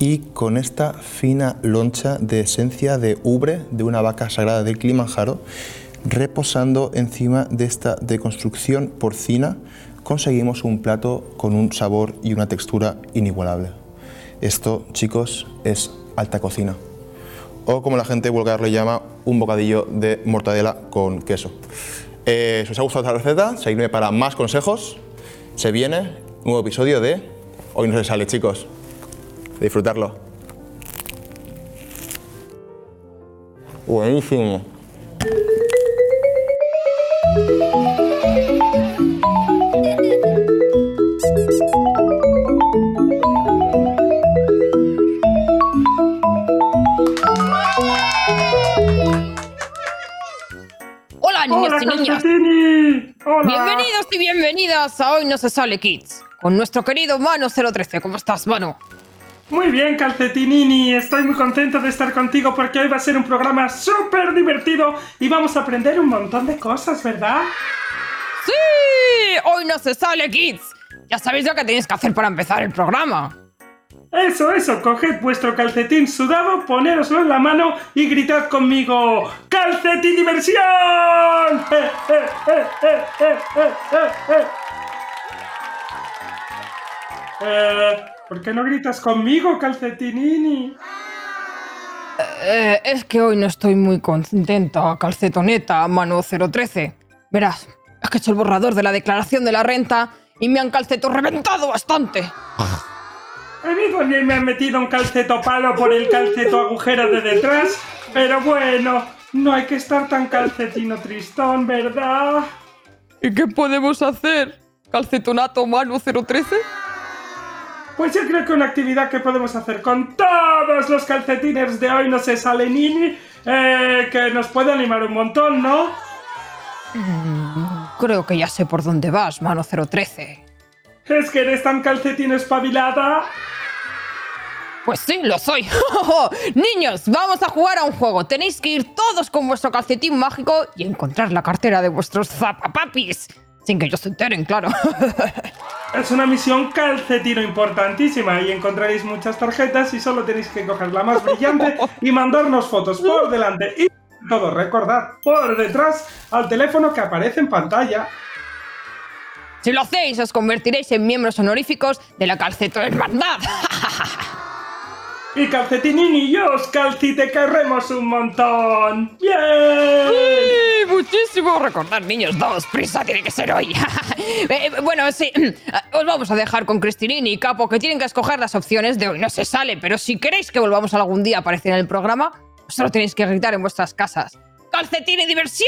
y con esta fina loncha de esencia de ubre de una vaca sagrada del Kilimanjaro, reposando encima de esta deconstrucción porcina, conseguimos un plato con un sabor y una textura inigualable. Esto, chicos, es alta cocina. O como la gente vulgar le llama, un bocadillo de mortadela con queso. Si os ha gustado esta receta, seguidme para más consejos. Se viene un nuevo episodio de Hoy no se sale, chicos. Disfrutarlo. Buenísimo. Hola, niños y niñas. Hola. Bienvenidos y bienvenidas a Hoy no se sale, Kids, con nuestro querido Mano 013. ¿Cómo estás, Mano? Muy bien, Calcetinini. Estoy muy contento de estar contigo porque hoy va a ser un programa súper divertido y vamos a aprender un montón de cosas, ¿verdad? ¡Sí! Hoy no se sale, Kids. Ya sabéis lo que tenéis que hacer para empezar el programa. Eso, coged vuestro calcetín sudado, ponéroslo en la mano y gritad conmigo ¡Calcetín diversión! ¿Por qué no gritas conmigo, Calcetinini? Es que hoy no estoy muy contenta, calcetoneta, Mano 013. Verás, es que he hecho el borrador de la declaración de la renta y me han reventado bastante. A mí también me han metido un calceto palo por el calceto agujero de detrás, pero bueno, no hay que estar tan calcetino tristón, ¿verdad? ¿Y qué podemos hacer, calcetonato Mano 013? Pues yo creo que una actividad que podemos hacer con todos los calcetines de Hoy no se sale, Nini, que nos puede animar un montón, ¿no? Creo que ya sé por dónde vas, Mano 013. ¿Es que eres tan calcetín espabilada? Pues sí, lo soy. Niños, vamos a jugar a un juego. Tenéis que ir todos con vuestro calcetín mágico y encontrar la cartera de vuestros zapapapis. Sin que ellos se enteren, claro. Es una misión calcetino importantísima y encontraréis muchas tarjetas y solo tenéis que coger la más brillante y mandarnos fotos por delante y todo, recordad, por detrás al teléfono que aparece en pantalla. Si lo hacéis, os convertiréis en miembros honoríficos de la Calceto Hermandad. Y Calcetinini y yo os calcitecarremos un montón. ¡Bien! ¡Sí! Muchísimo. Recordad, niños, daos prisa, tiene que ser hoy. Bueno, sí, os vamos a dejar con Cristinini y Capo, que tienen que escoger las opciones de Hoy no se sale, pero si queréis que volvamos algún día a aparecer en el programa, solo tenéis que gritar en vuestras casas. ¡Calcetín y diversión!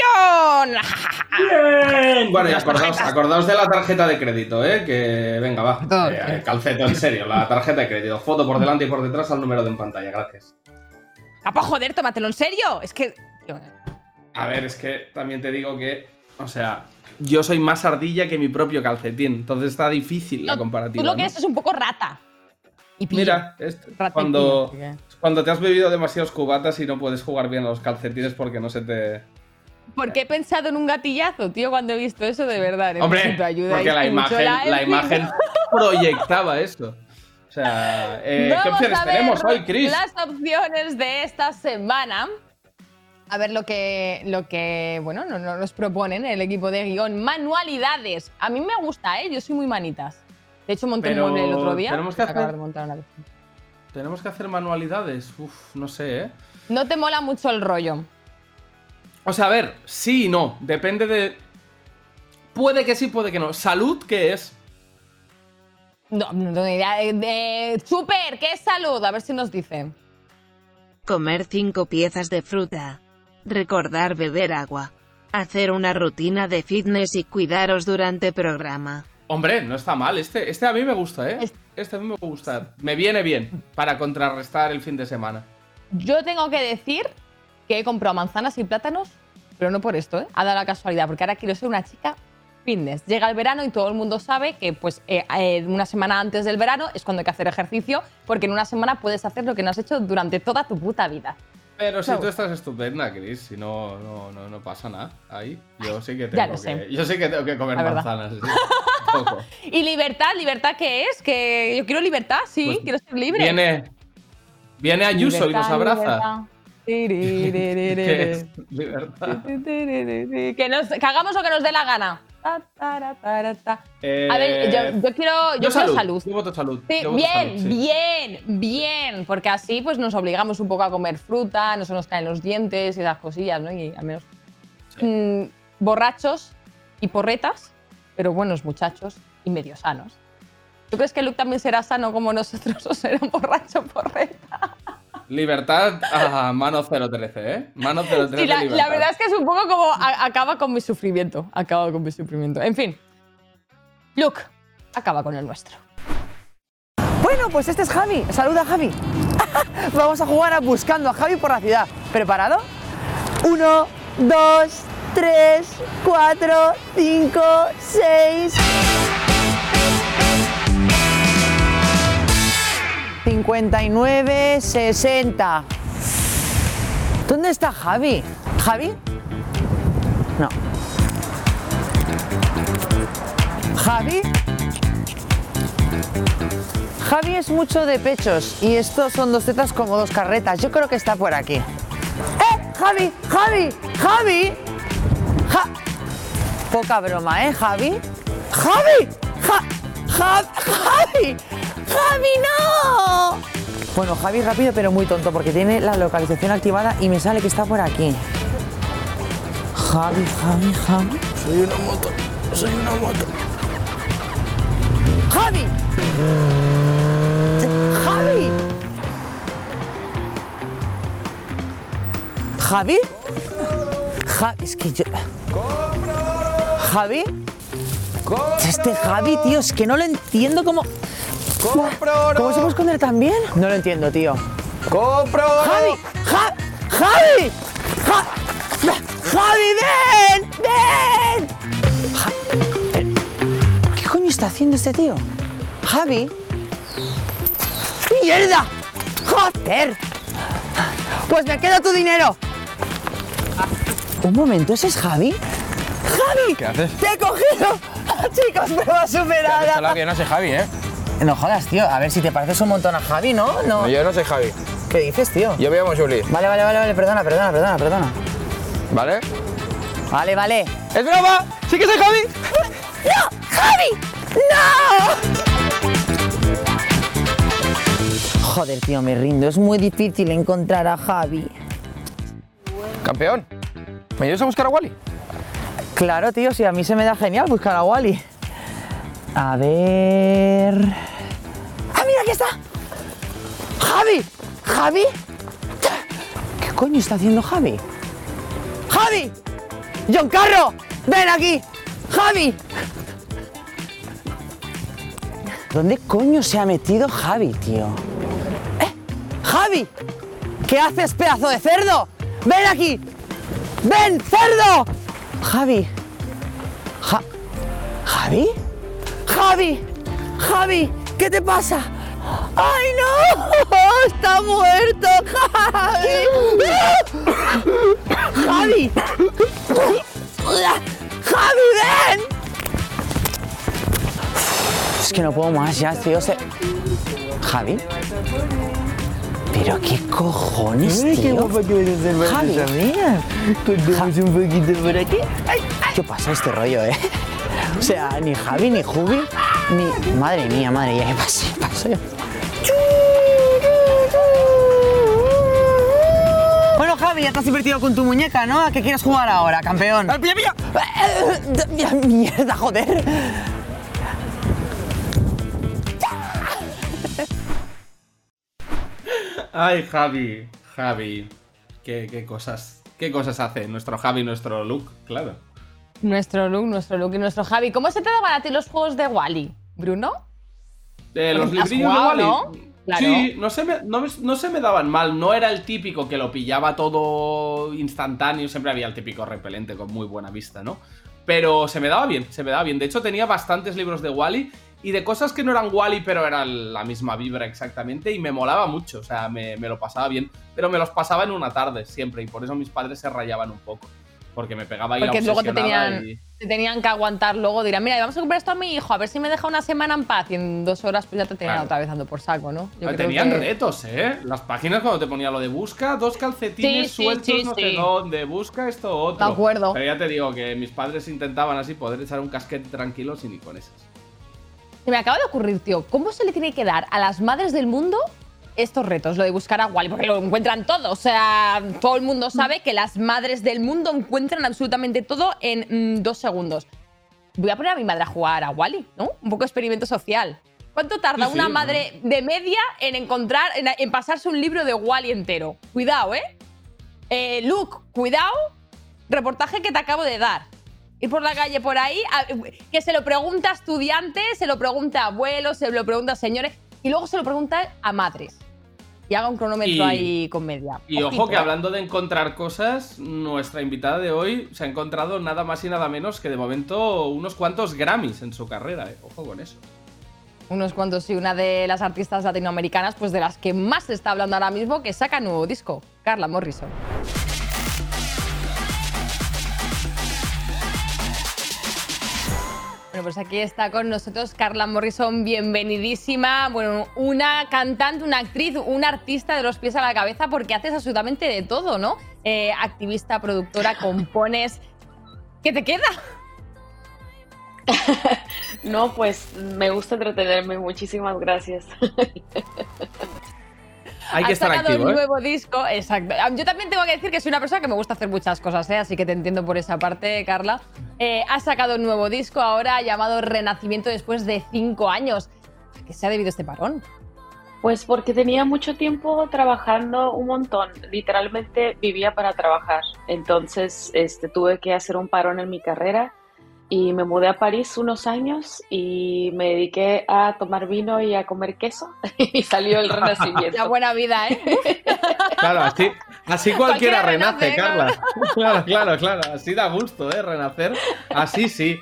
¡Bien! Bueno, y acordaos de la tarjeta de crédito, que venga, va. Calceto, en serio, la tarjeta de crédito. Foto por delante y por detrás al número de en pantalla, gracias. Capo, joder, tómatelo en serio. Es que... A ver, es que también te digo que, o sea, yo soy más ardilla que mi propio calcetín, entonces está difícil la comparativa. Tú lo que eres es un poco rata. Y pillo. Mira, Rata cuando y pillo, cuando te has bebido demasiados cubatas y no puedes jugar bien a los calcetines porque no se te... Porque he pensado en un gatillazo, tío, cuando he visto eso, de verdad. Hombre, Necesito ayuda. porque la imagen proyectaba esto. O sea, ¿qué opciones tenemos hoy, Chris? Las opciones de esta semana. A ver lo que bueno, nos proponen el equipo de guión. Manualidades. A mí me gusta, yo soy muy manitas. De hecho, monté un mueble el otro día. Tenemos que Acabo de montar una vez. Tenemos que hacer manualidades. Uf, no sé, No te mola mucho el rollo. O sea, a ver, sí y no. Depende de... Puede que sí, puede que no. ¿Salud qué es? No tengo idea. Super, ¿qué es salud? A ver si nos dice. Comer 5 piezas de fruta. Recordar beber agua. Hacer una rutina de fitness y cuidaros durante programa. Hombre, no está mal. Este a mí me gusta, Este a mí me gusta. Me viene bien para contrarrestar el fin de semana. Yo tengo que decir que he comprado manzanas y plátanos, pero no por esto, Ha dado la casualidad, porque ahora quiero ser una chica fitness. Llega el verano y todo el mundo sabe que pues una semana antes del verano es cuando hay que hacer ejercicio, porque en una semana puedes hacer lo que no has hecho durante toda tu puta vida. Pero si tú estás estupenda, Chris, si no pasa nada ahí. Yo sí que tengo que comer manzanas. ¿Sí? ¿Y libertad? ¿Libertad qué es? Que yo quiero libertad, sí, pues quiero ser libre. Viene Ayuso y nos abraza. Que hagamos lo que nos dé la gana. A ver, yo quiero salud. Yo voto salud. Sí, bien. Porque así pues nos obligamos un poco a comer fruta, no se nos caen los dientes y esas cosillas, ¿no? Y al menos borrachos y porretas, pero buenos muchachos y medio sanos. ¿Tú crees que Luke también será sano como nosotros o será un borracho porreta? Libertad a mano 013, ¿eh? Mano 013 sí, libertad. La verdad es que es un poco como acaba con mi sufrimiento. En fin. Luke, acaba con el nuestro. Bueno, pues este es Javi. Saluda, Javi. Vamos a jugar a Buscando a Javi por la ciudad. ¿Preparado? 1, 2, 3, 4, 5, 6... 59, 60. ¿Dónde está Javi? ¿Javi? No. ¿Javi? Javi es mucho de pechos y estos son 2 tetas como 2 carretas. Yo creo que está por aquí. ¡Javi! ¡Javi! ¡Javi! Poca broma, Javi. ¡Javi! ¡Javi! ¡Javi, no! Bueno, Javi rápido pero muy tonto porque tiene la localización activada y me sale que está por aquí. Javi. Soy una moto. ¡Javi! ¿Javi? Es que yo... ¿Javi? Este Javi, tío, es que no lo entiendo cómo... ¡Compro oro! ¿Cómo se puede esconder tan bien? No lo entiendo, tío. ¡Compro oro! ¡Javi! ¡Javi, ven! ¿Qué coño está haciendo este tío? ¿Javi? ¡Mierda! ¡Joder! Pues me queda tu dinero. Un momento, ¿ese es Javi? ¡Javi! ¿Qué haces? ¡Te he cogido! Chicos, prueba superada. Que no soy Javi, ¿eh? No jodas, tío. A ver si te pareces un montón a Javi, ¿no? No, yo no soy Javi. ¿Qué dices, tío? Yo me llamo Juli. Vale. Perdona. ¿Vale? Vale. ¡Es broma! ¡Sí que soy Javi! ¡No! ¡Javi! ¡No! Joder, tío, me rindo. Es muy difícil encontrar a Javi. Campeón, ¿me ayudas a buscar a Wally? Claro, tío, sí, a mí se me da genial buscar a Wally. A ver... ¡Ah, mira, aquí está! ¡Javi! ¿Qué coño está haciendo Javi? ¡Javi! ¡John Carro! ¡Ven aquí! ¡Javi! ¿Dónde coño se ha metido Javi, tío? ¡Javi! ¿Qué haces, pedazo de cerdo? ¡Ven aquí! ¡Ven, cerdo! Javi. ¿Javi? ¡Javi! ¿Qué te pasa? ¡Ay, no! ¡Está muerto, Javi! ¡Javi! ¡Javi, ven! Es que no puedo más ya, tío. ¿Javi? ¿Pero qué cojones, tío? ¡Qué guapo que vas a hacer para Javi. tus amigas! Contemos un poquito por aquí. ¿Qué pasa este rollo, O sea, ni Javi, ni Jubi, ni... Madre mía, ya paso yo. Bueno, Javi, ya te has divertido con tu muñeca, ¿no? ¿A qué quieres jugar ahora, campeón? ¡Pilla! ¡Mierda, joder! Ay, Javi. ¿Qué cosas hace nuestro Javi, nuestro Luke? Claro. Nuestro Luke y nuestro Javi. ¿Cómo se te daban a ti los juegos de Wally, Bruno? Los ¿Has librillos de jugado, Wally. no? Claro. Sí, no se me daban mal. No era el típico que lo pillaba todo instantáneo. Siempre había el típico repelente con muy buena vista, ¿no? Pero se me daba bien. De hecho, tenía bastantes libros de Wally y de cosas que no eran Wally, pero eran la misma vibra exactamente. Y me molaba mucho, o sea, me lo pasaba bien. Pero me los pasaba en una tarde siempre y por eso mis padres se rayaban un poco. porque me pegaba ahí Porque la luego te obsesionada tenían que aguantar luego. Dirán, mira, vamos a comprar esto a mi hijo, a ver si me deja una semana en paz. Y en 2 horas pues ya te tenían Claro. otra vez dando por saco, ¿no? Yo creo Tenían que- retos, ¿eh? Las páginas cuando te ponía lo de busca 2 calcetines Sí, sí, sueltos sí, no sé sí. dónde, busca esto otro. De acuerdo. Pero ya te digo que mis padres intentaban así poder echar un casquete tranquilos y ni con esas. Se me acaba de ocurrir, tío, ¿cómo se le tiene que dar a las madres del mundo estos retos? Lo de buscar a Wally, porque lo encuentran todo. O sea, todo el mundo sabe que las madres del mundo encuentran absolutamente todo en 2 segundos. Voy a poner a mi madre a jugar a Wally, ¿no? Un poco de experimento social. ¿Cuánto tarda Sí, una sí, madre de media en encontrar, en pasarse un libro de Wally entero? Cuidado, ¿eh? Luke, cuidado, reportaje que te acabo de dar. Ir por la calle por ahí, que se lo pregunta a estudiantes, se lo pregunta a abuelos, se lo pregunta a señores y luego se lo pregunta a madres. Y haga un cronómetro ahí con media. Y Ojito, ojo que hablando de encontrar cosas, nuestra invitada de hoy se ha encontrado nada más y nada menos que de momento unos cuantos Grammys en su carrera, ¿eh? Ojo con eso. Unos cuantos, sí, una de las artistas latinoamericanas, pues de las que más se está hablando ahora mismo, que saca nuevo disco, Carla Morrison. Bueno, pues aquí está con nosotros Carla Morrison, bienvenidísima. Bueno, una cantante, una actriz, una artista de los pies a la cabeza, porque haces absolutamente de todo, ¿no? Activista, productora, compones. ¿Qué te queda? No, pues me gusta entretenerme, muchísimas gracias. Hay que Has estar sacado activo, un ¿eh? nuevo disco, exacto. Yo también tengo que decir que soy una persona que me gusta hacer muchas cosas, ¿eh? Así que te entiendo por esa parte, Carla. Has sacado un nuevo disco ahora llamado Renacimiento después de 5 años. ¿A qué se ha debido este parón? Pues porque tenía mucho tiempo trabajando un montón, literalmente vivía para trabajar. Entonces tuve que hacer un parón en mi carrera y me mudé a París unos años y me dediqué a tomar vino y a comer queso y salió el renacimiento. La buena vida, ¿eh? Claro, así cualquiera renace, renace, Carla. Claro, así da gusto, ¿eh? Renacer. Así sí.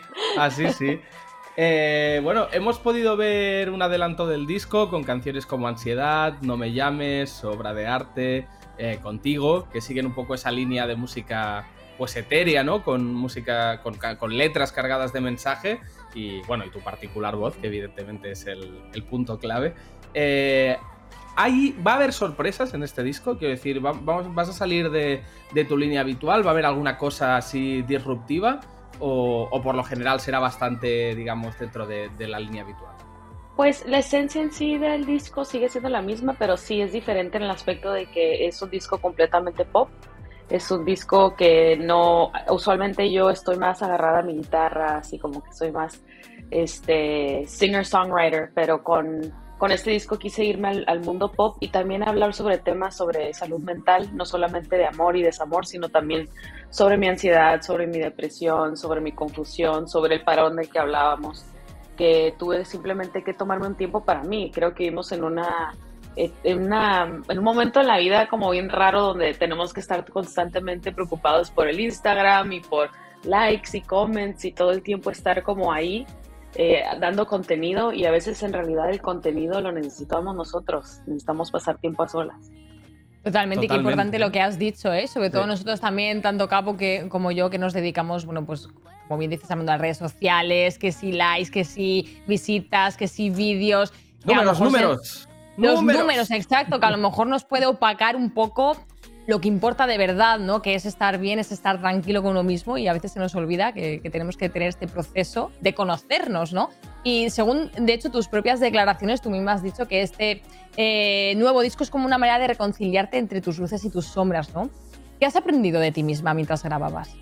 Bueno, hemos podido ver un adelanto del disco con canciones como Ansiedad, No me llames, Obra de arte, Contigo, que siguen un poco esa línea de música pues etérea, ¿no? Con música, con letras cargadas de mensaje y, bueno, y tu particular voz, que evidentemente es el punto clave. ¿Va a haber sorpresas en este disco? Quiero decir, ¿vas a salir de tu línea habitual? ¿Va a haber alguna cosa así disruptiva? ¿O por lo general será bastante, digamos, dentro de la línea habitual? Pues la esencia en sí del disco sigue siendo la misma, pero sí es diferente en el aspecto de que es un disco completamente pop. Es un disco que no... Usualmente yo estoy más agarrada a mi guitarra, así como que soy más singer-songwriter, pero con este disco quise irme al mundo pop y también hablar sobre temas sobre salud mental, no solamente de amor y desamor, sino también sobre mi ansiedad, sobre mi depresión, sobre mi confusión, sobre el parón del que hablábamos, que tuve simplemente que tomarme un tiempo para mí. Creo que vivimos en un momento en la vida como bien raro donde tenemos que estar constantemente preocupados por el Instagram y por likes y comments y todo el tiempo estar como ahí dando contenido, y a veces en realidad el contenido lo necesitamos nosotros, necesitamos pasar tiempo a solas. Totalmente, y qué importante lo que has dicho, ¿eh? Sobre todo nosotros también, tanto Capo como yo, que nos dedicamos, bueno, pues como bien dices, a las redes sociales, que si likes, que si visitas, que si vídeos. Números. Los números, exacto, que a lo mejor nos puede opacar un poco lo que importa de verdad, ¿no? Que es estar bien, es estar tranquilo con uno mismo, y a veces se nos olvida que tenemos que tener este proceso de conocernos, ¿no? Y según, de hecho, tus propias declaraciones, tú misma has dicho que este nuevo disco es como una manera de reconciliarte entre tus luces y tus sombras, ¿no? ¿Qué has aprendido de ti misma mientras grababas?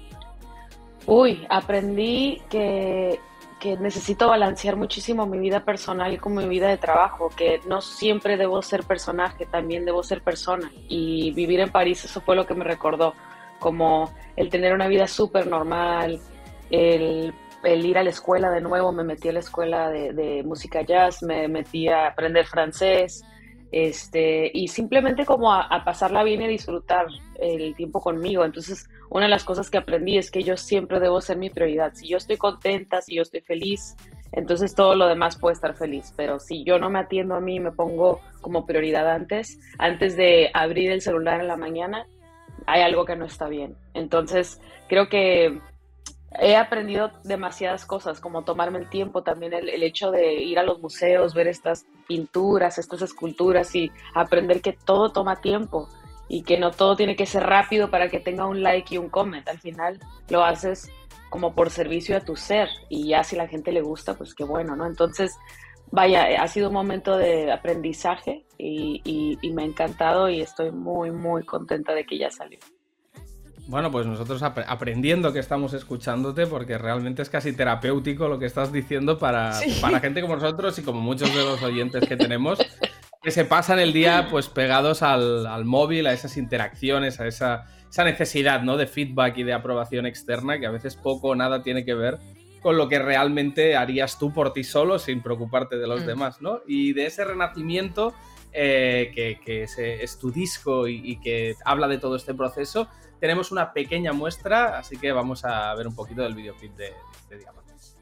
Aprendí que necesito balancear muchísimo mi vida personal con mi vida de trabajo, que no siempre debo ser personaje, también debo ser persona. Y vivir en París, eso fue lo que me recordó, como el tener una vida súper normal, el ir a la escuela de nuevo. Me metí a la escuela de música jazz, me metí a aprender francés, y simplemente como a pasarla bien y a disfrutar el tiempo conmigo. Entonces, una de las cosas que aprendí es que yo siempre debo ser mi prioridad. Si yo estoy contenta, si yo estoy feliz, entonces todo lo demás puede estar feliz. Pero si yo no me atiendo a mí, me pongo como prioridad antes de abrir el celular en la mañana, hay algo que no está bien. Entonces, creo que he aprendido demasiadas cosas, como tomarme el tiempo, también el hecho de ir a los museos, ver estas pinturas, estas esculturas y aprender que todo toma tiempo y que no todo tiene que ser rápido para que tenga un like y un comment. Al final lo haces como por servicio a tu ser y ya si la gente le gusta, pues qué bueno, ¿no? Entonces, vaya, ha sido un momento de aprendizaje y me ha encantado y estoy muy, muy contenta de que ya salió. Bueno, pues nosotros aprendiendo que estamos escuchándote, porque realmente es casi terapéutico lo que estás diciendo para gente como nosotros y como muchos de los oyentes que tenemos, que se pasan el día pues pegados al móvil, a esas interacciones, a esa necesidad, ¿no?, de feedback y de aprobación externa, que a veces poco o nada tiene que ver con lo que realmente harías tú por ti solo sin preocuparte de los demás, ¿no? Y de ese renacimiento que es tu disco y que habla de todo este proceso, tenemos una pequeña muestra, así que vamos a ver un poquito del videoclip de Diamantes.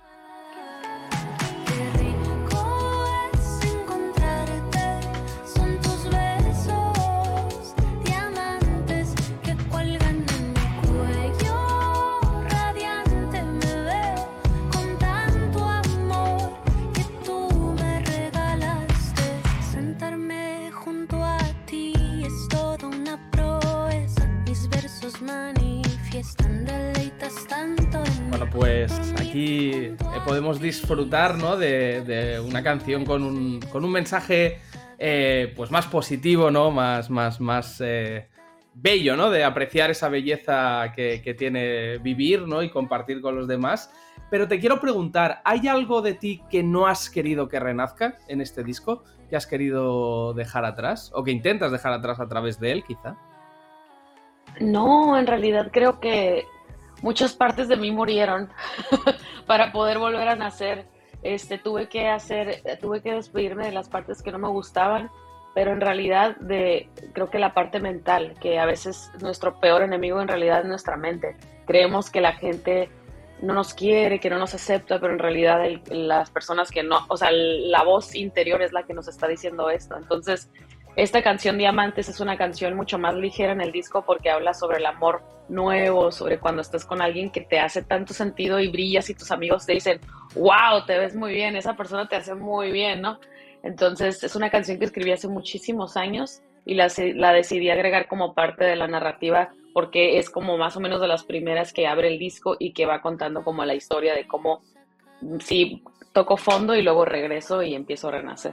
Bueno, pues aquí podemos disfrutar, ¿no?, de una canción con un mensaje pues más positivo, ¿no?, más bello, ¿no?, de apreciar esa belleza que tiene vivir, ¿no?, y compartir con los demás. Pero te quiero preguntar, ¿hay algo de ti que no has querido que renazca en este disco? ¿Que has querido dejar atrás? ¿O que intentas dejar atrás a través de él, quizá? No, en realidad creo que muchas partes de mí murieron para poder volver a nacer. Tuve que despedirme de las partes que no me gustaban, pero en realidad creo que la parte mental, que a veces nuestro peor enemigo en realidad es nuestra mente. Creemos que la gente no nos quiere, que no nos acepta, pero en realidad las personas que no, o sea, la voz interior es la que nos está diciendo esto. Entonces, esta canción Diamantes es una canción mucho más ligera en el disco porque habla sobre el amor nuevo, sobre cuando estás con alguien que te hace tanto sentido y brillas y tus amigos te dicen, wow, te ves muy bien, esa persona te hace muy bien, ¿no? Entonces es una canción que escribí hace muchísimos años y la decidí agregar como parte de la narrativa porque es como más o menos de las primeras que abre el disco y que va contando como la historia de cómo sí toco fondo y luego regreso y empiezo a renacer.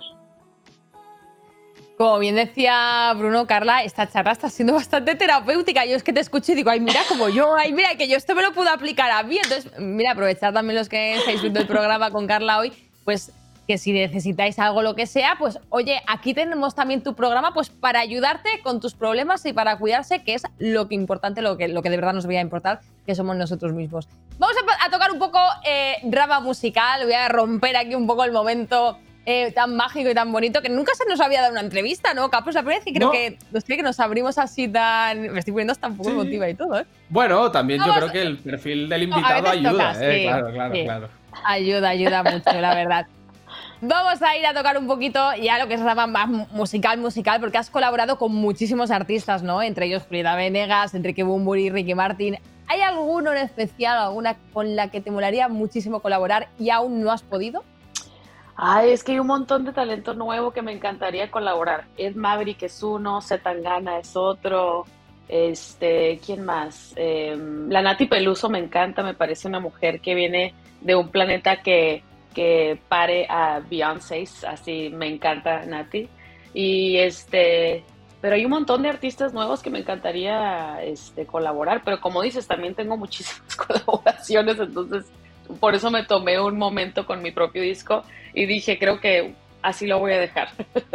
Como bien decía Bruno, Carla, esta charla está siendo bastante terapéutica. Yo es que te escucho y digo, ay, mira como yo, ay, mira que yo esto me lo puedo aplicar a mí. Entonces, mira, aprovechad también los que estáis viendo el programa con Carla hoy, pues que si necesitáis algo, lo que sea, pues oye, aquí tenemos también tu programa pues para ayudarte con tus problemas y para cuidarse, que es lo que importante, lo que de verdad nos debería importar, que somos nosotros mismos. Vamos a tocar un poco drama musical, voy a romper aquí un poco el momento tan mágico y tan bonito que nunca se nos había dado una entrevista, ¿no, Capos? La primera vez que creo que nos abrimos así tan... Me estoy poniendo hasta un poco emotiva y todo, ¿eh? Bueno, también yo creo que el perfil del invitado ayuda, toca, sí, claro. Ayuda mucho, la verdad. Vamos a ir a tocar un poquito ya lo que se llama más musical, porque has colaborado con muchísimos artistas, ¿no? Entre ellos Julieta Venegas, Enrique Bunbury, Ricky Martin. ¿Hay alguno en especial, alguna con la que te molaría muchísimo colaborar y aún no has podido? Ay, es que hay un montón de talento nuevo que me encantaría colaborar. Ed Maverick es uno, Zetangana es otro, ¿quién más? La Nati Peluso me encanta, me parece una mujer que viene de un planeta que pare a Beyoncé, así me encanta Nati. Y pero hay un montón de artistas nuevos que me encantaría colaborar, pero como dices, también tengo muchísimas colaboraciones, entonces por eso me tomé un momento con mi propio disco y dije, creo que así lo voy a dejar.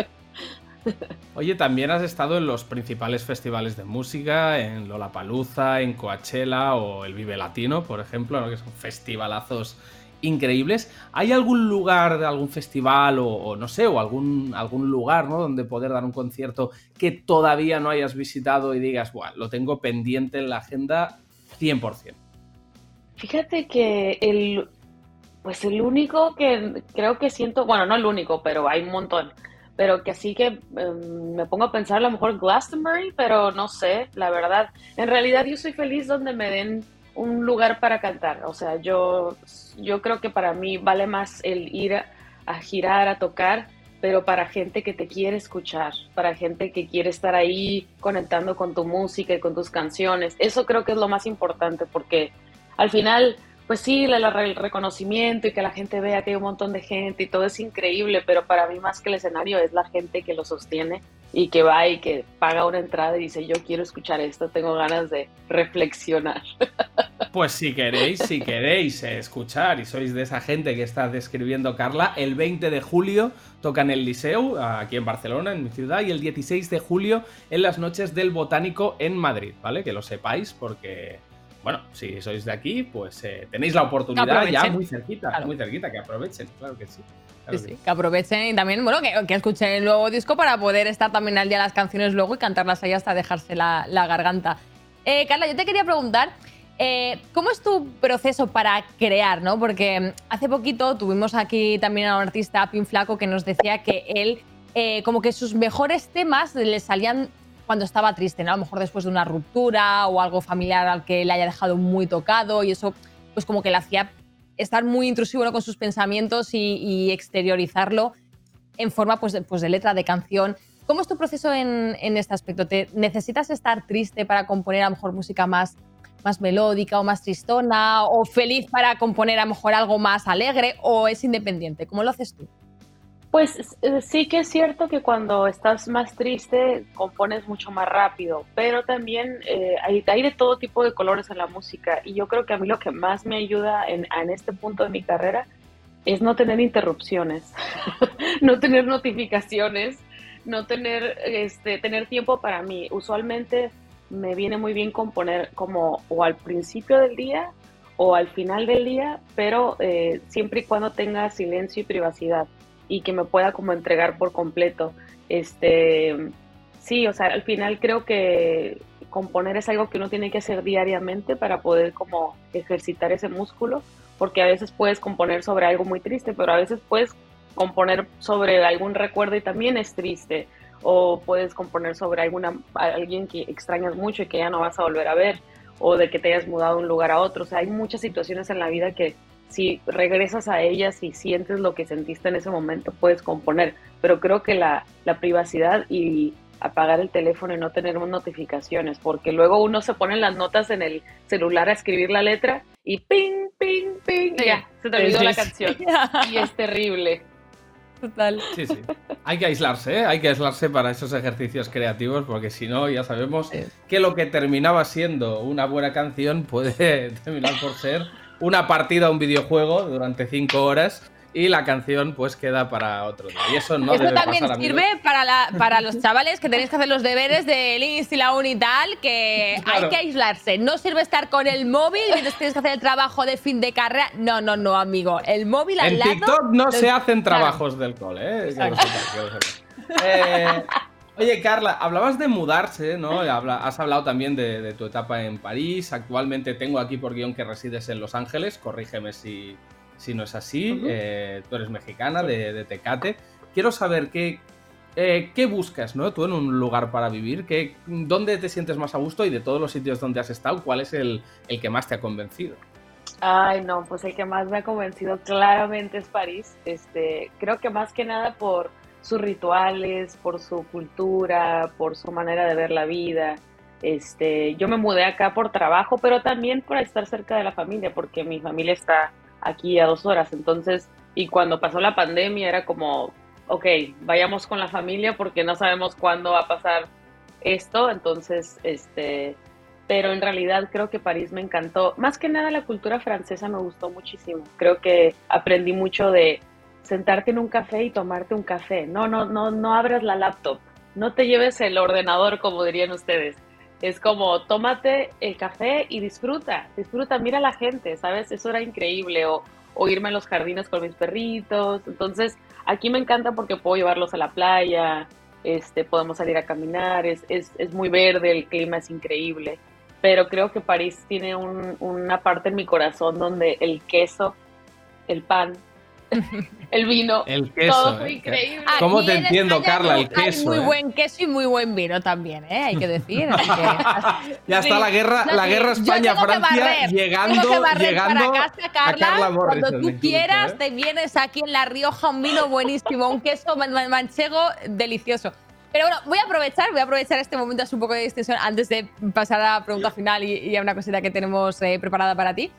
Oye, también has estado en los principales festivales de música, en Lollapalooza, en Coachella o el Vive Latino, por ejemplo, ¿no?, que son festivalazos increíbles. ¿Hay algún lugar, algún festival o no sé, o algún lugar, ¿no?, donde poder dar un concierto que todavía no hayas visitado y digas, buah, lo tengo pendiente en la agenda 100%? Fíjate que el único que creo que siento, bueno, no el único, pero hay un montón, pero que así que me pongo a pensar a lo mejor Glastonbury, pero no sé, la verdad. En realidad yo soy feliz donde me den un lugar para cantar, o sea, yo creo que para mí vale más el ir a girar, a tocar, pero para gente que te quiere escuchar, para gente que quiere estar ahí conectando con tu música y con tus canciones. Eso creo que es lo más importante, porque al final, pues sí, el reconocimiento y que la gente vea que hay un montón de gente y todo es increíble, pero para mí más que el escenario es la gente que lo sostiene y que va y que paga una entrada y dice, yo quiero escuchar esto, tengo ganas de reflexionar. Pues si queréis escuchar y sois de esa gente que está describiendo Carla, el 20 de julio toca en el Liceu, aquí en Barcelona, en mi ciudad, y el 16 de julio en las Noches del Botánico en Madrid, ¿vale? Que lo sepáis porque, bueno, si sois de aquí, pues tenéis la oportunidad ya muy cerquita, claro. Muy cerquita, que aprovechen, claro que sí. Claro sí, que aprovechen y también, bueno, que escuchen el nuevo disco para poder estar también al día de las canciones luego y cantarlas ahí hasta dejarse la garganta. Carla, yo te quería preguntar, ¿cómo es tu proceso para crear, ¿no? Porque hace poquito tuvimos aquí también a un artista, Pin Flaco, que nos decía que él, como que sus mejores temas le salían cuando estaba triste, ¿no? A lo mejor después de una ruptura o algo familiar al que le haya dejado muy tocado y eso, pues como que le hacía estar muy intrusivo, ¿no? Con sus pensamientos y exteriorizarlo en forma pues de letra, de canción. ¿Cómo es tu proceso en este aspecto? ¿Necesitas estar triste para componer a lo mejor música más melódica o más tristona, o feliz para componer a lo mejor algo más alegre, o es independiente? ¿Cómo lo haces tú? Pues sí que es cierto que cuando estás más triste compones mucho más rápido, pero también hay de todo tipo de colores en la música, y yo creo que a mí lo que más me ayuda en este punto de mi carrera es no tener interrupciones, no tener notificaciones, no tener tiempo para mí. Usualmente me viene muy bien componer como o al principio del día o al final del día, pero siempre y cuando tenga silencio y privacidad y que me pueda como entregar por completo. Sí, o sea, al final creo que componer es algo que uno tiene que hacer diariamente para poder como ejercitar ese músculo, porque a veces puedes componer sobre algo muy triste, pero a veces puedes componer sobre algún recuerdo y también es triste, o puedes componer sobre alguien que extrañas mucho y que ya no vas a volver a ver, o de que te hayas mudado de un lugar a otro. O sea, hay muchas situaciones en la vida que si regresas a ellas y sientes lo que sentiste en ese momento, puedes componer. Pero creo que la privacidad y apagar el teléfono y no tener notificaciones, porque luego uno se pone las notas en el celular a escribir la letra y ping, ping, ping, sí. Ya, se te olvidó la canción. Y es terrible. Total. Sí. Hay que aislarse, ¿eh? Hay que aislarse para esos ejercicios creativos, porque si no, ya sabemos que lo que terminaba siendo una buena canción puede terminar por ser una partida a un videojuego durante 5 horas y la canción pues queda para otro día. Y eso no debe pasar, amigos. Esto también sirve para los chavales que tenéis que hacer los deberes del INS y la uni y tal, que claro, hay que aislarse. No sirve estar con el móvil mientras tienes que hacer el trabajo de fin de carrera. No, amigo. El móvil al lado... En TikTok no se hacen trabajos del cole, ¿eh? Oye, Carla, hablabas de mudarse, ¿no? Has hablado también de tu etapa en París. Actualmente tengo aquí por guión que resides en Los Ángeles. Corrígeme si no es así. Tú eres mexicana, de Tecate. Quiero saber qué buscas, ¿no? Tú en un lugar para vivir. ¿Dónde te sientes más a gusto? Y de todos los sitios donde has estado, ¿cuál es el que más te ha convencido? Ay, no, pues el que más me ha convencido claramente es París. Creo que más que nada por sus rituales, por su cultura, por su manera de ver la vida. Yo me mudé acá por trabajo, pero también por estar cerca de la familia, porque mi familia está aquí a 2 horas. Entonces, y cuando pasó la pandemia era como, ok, vayamos con la familia porque no sabemos cuándo va a pasar esto. Entonces, pero en realidad creo que París me encantó. Más que nada la cultura francesa me gustó muchísimo. Creo que aprendí mucho de sentarte en un café y tomarte un café. No abras la laptop. No te lleves el ordenador, como dirían ustedes. Es como, tómate el café y disfruta, mira a la gente, ¿sabes? Eso era increíble. O irme a los jardines con mis perritos. Entonces, aquí me encanta porque puedo llevarlos a la playa, podemos salir a caminar, es muy verde, el clima es increíble. Pero creo que París tiene una parte en mi corazón donde el queso, el pan, el vino. El queso. Todo fue increíble. ¿Cómo Aquí te en entiendo, España Carla? El queso. Hay muy buen queso y muy buen vino también, hay que decir. Así que- Ya está la guerra, No, la sí, guerra yo tengo que España-Francia barrer, llegando, tengo que barrer llegando para casa, a Carla Carla. Morrison. Cuando tú incluso, quieras, ¿eh? te vienes aquí en La Rioja, un vino buenísimo, un queso manchego delicioso. Pero bueno, voy a aprovechar este momento, es un poco de distensión antes de pasar a la pregunta final y a una cosita que tenemos preparada para ti.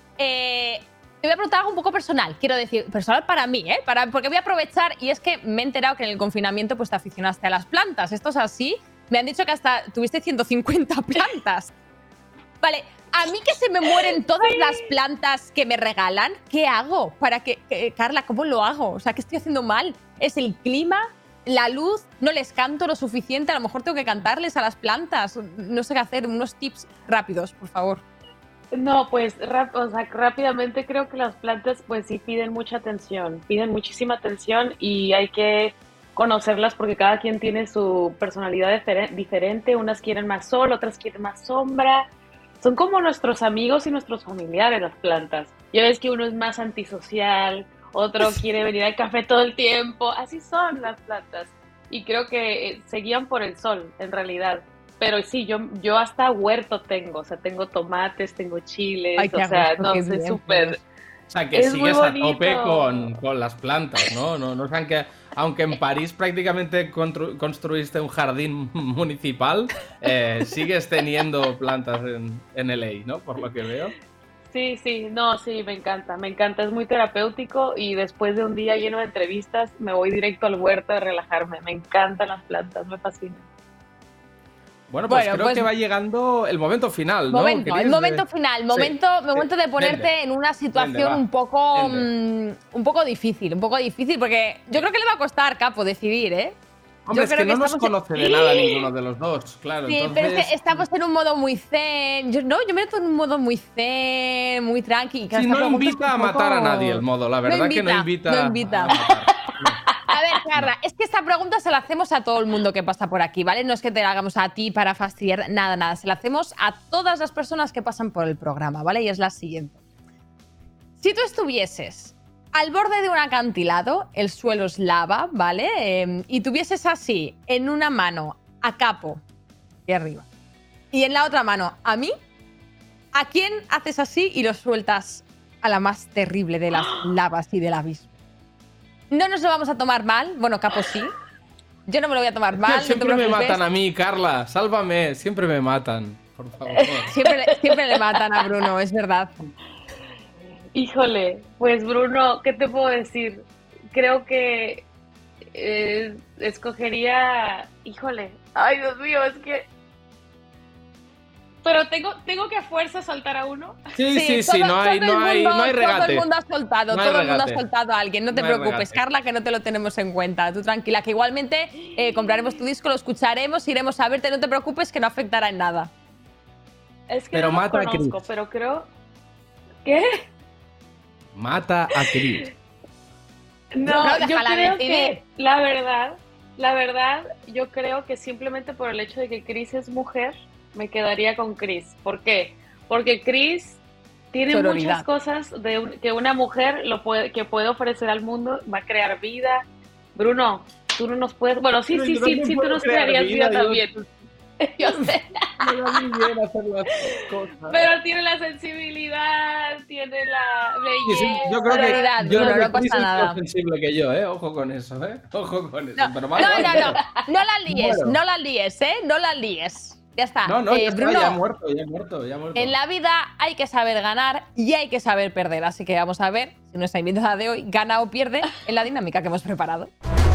Te voy a preguntar algo un poco personal, quiero decir, personal para mí, porque voy a aprovechar, y es que me he enterado que en el confinamiento pues te aficionaste a las plantas. ¿Esto es así? Me han dicho que hasta tuviste 150 plantas. Vale, a mí que se me mueren todas las plantas que me regalan, ¿qué hago? Carla, ¿cómo lo hago? O sea, ¿qué estoy haciendo mal? ¿Es el clima? ¿La luz? ¿No les canto lo suficiente? A lo mejor tengo que cantarles a las plantas. No sé qué hacer, unos tips rápidos, por favor. No, pues rápidamente creo que las plantas pues sí piden mucha atención, piden muchísima atención y hay que conocerlas porque cada quien tiene su personalidad diferente, unas quieren más sol, otras quieren más sombra. Son como nuestros amigos y nuestros familiares las plantas. Ya ves que uno es más antisocial, otro quiere venir al café todo el tiempo, así son las plantas. Y creo que se guían por el sol, en realidad. Pero sí, yo hasta huerto tengo, o sea, tengo tomates, tengo chiles, Ay, o sea, gusto, no qué sé, bien, súper... pues. O sea, que Es muy sigues a tope bonito. con las plantas, ¿no? No sean que, aunque en París prácticamente construiste un jardín municipal, sigues teniendo plantas en LA, ¿no? Por lo que veo. Sí, me encanta, es muy terapéutico y después de un día lleno de entrevistas me voy directo al huerto a relajarme, me encantan las plantas, me fascinan. Bueno, pues Bueno, creo pues- que va llegando el momento final, ¿no? El ¿Queréis momento de- final, Sí, momento de ponerte Vende. en una Vende, situación va. un poco Vende. un poco difícil, porque yo creo que le va a costar, Capo, decidir, ¿eh? Hombre, Yo es que creo que no nos estamos en- conoce de nada ninguno de los dos, claro. Sí, entonces... pero es que estamos en un modo muy zen. Yo me meto en un modo muy zen, muy tranqui. Sí, no invita a matar a nadie el modo, la verdad que no invita. No invita. a matar. A ver, Carla, es que esta pregunta se la hacemos a todo el mundo que pasa por aquí, ¿vale? No es que te la hagamos a ti para fastidiar, nada. Se la hacemos a todas las personas que pasan por el programa, ¿vale? Y es la siguiente. Si tú estuvieses al borde de un acantilado, el suelo es lava, ¿vale? Y tuvieses así, en una mano, a Capo, de arriba, y en la otra mano, a mí, ¿a quién haces así y lo sueltas a la más terrible de las lavas y del abismo? No nos lo vamos a tomar mal. Bueno, Capo sí. Yo no me lo voy a tomar mal. Siempre no te me preocupes. matan a mí, Carla. Sálvame. Siempre me matan. Por favor. Siempre le matan a Bruno, es verdad. Híjole, pues Bruno, ¿qué te puedo decir? Creo que escogería, híjole, ay Dios mío, es que... Pero tengo que a fuerza saltar a uno. Sí, todo- no hay todo el mundo- regate. Todo el mundo ha soltado, No hay todo el mundo ha regate. soltado a alguien. No te No hay preocupes, regate. Carla, que no te lo tenemos en cuenta. Tú tranquila, que igualmente compraremos tu disco, lo escucharemos, iremos a verte. No te preocupes, que no afectará en nada. Es que Pero no los mata a conozco, Chris. pero creo... ¿Qué? Mata a Chris. No, No, yo déjala creo decidir. que la verdad, yo creo que simplemente por el hecho de que Chris es mujer, me quedaría con Chris. ¿Por qué? Porque Chris tiene Sororidad. muchas cosas que una mujer que puede ofrecer al mundo, va a crear vida. Bruno, tú no nos puedes... Bueno, sí, Pero sí, yo sí, también sí, tú puedo nos crear crearías vida vida, yo- también. Yo sé. Me da muy bien hacer las cosas. Pero tiene la sensibilidad, tiene la Sí, sí, belleza. yo creo que, Sororidad, yo Bruno, creo que no pasa Chris es nada. más sensible que yo, ¿eh? Ojo con eso, ¿eh? Ojo con eso. No, Pero no, vale, vale. no la líes, Bueno. no la líes, ¿eh? No la líes. Ya está. No, ya está, Bruno, ya muerto. en la vida hay que saber ganar y hay que saber perder. Así que vamos a ver si nuestra invitada de hoy gana o pierde en la dinámica que hemos preparado.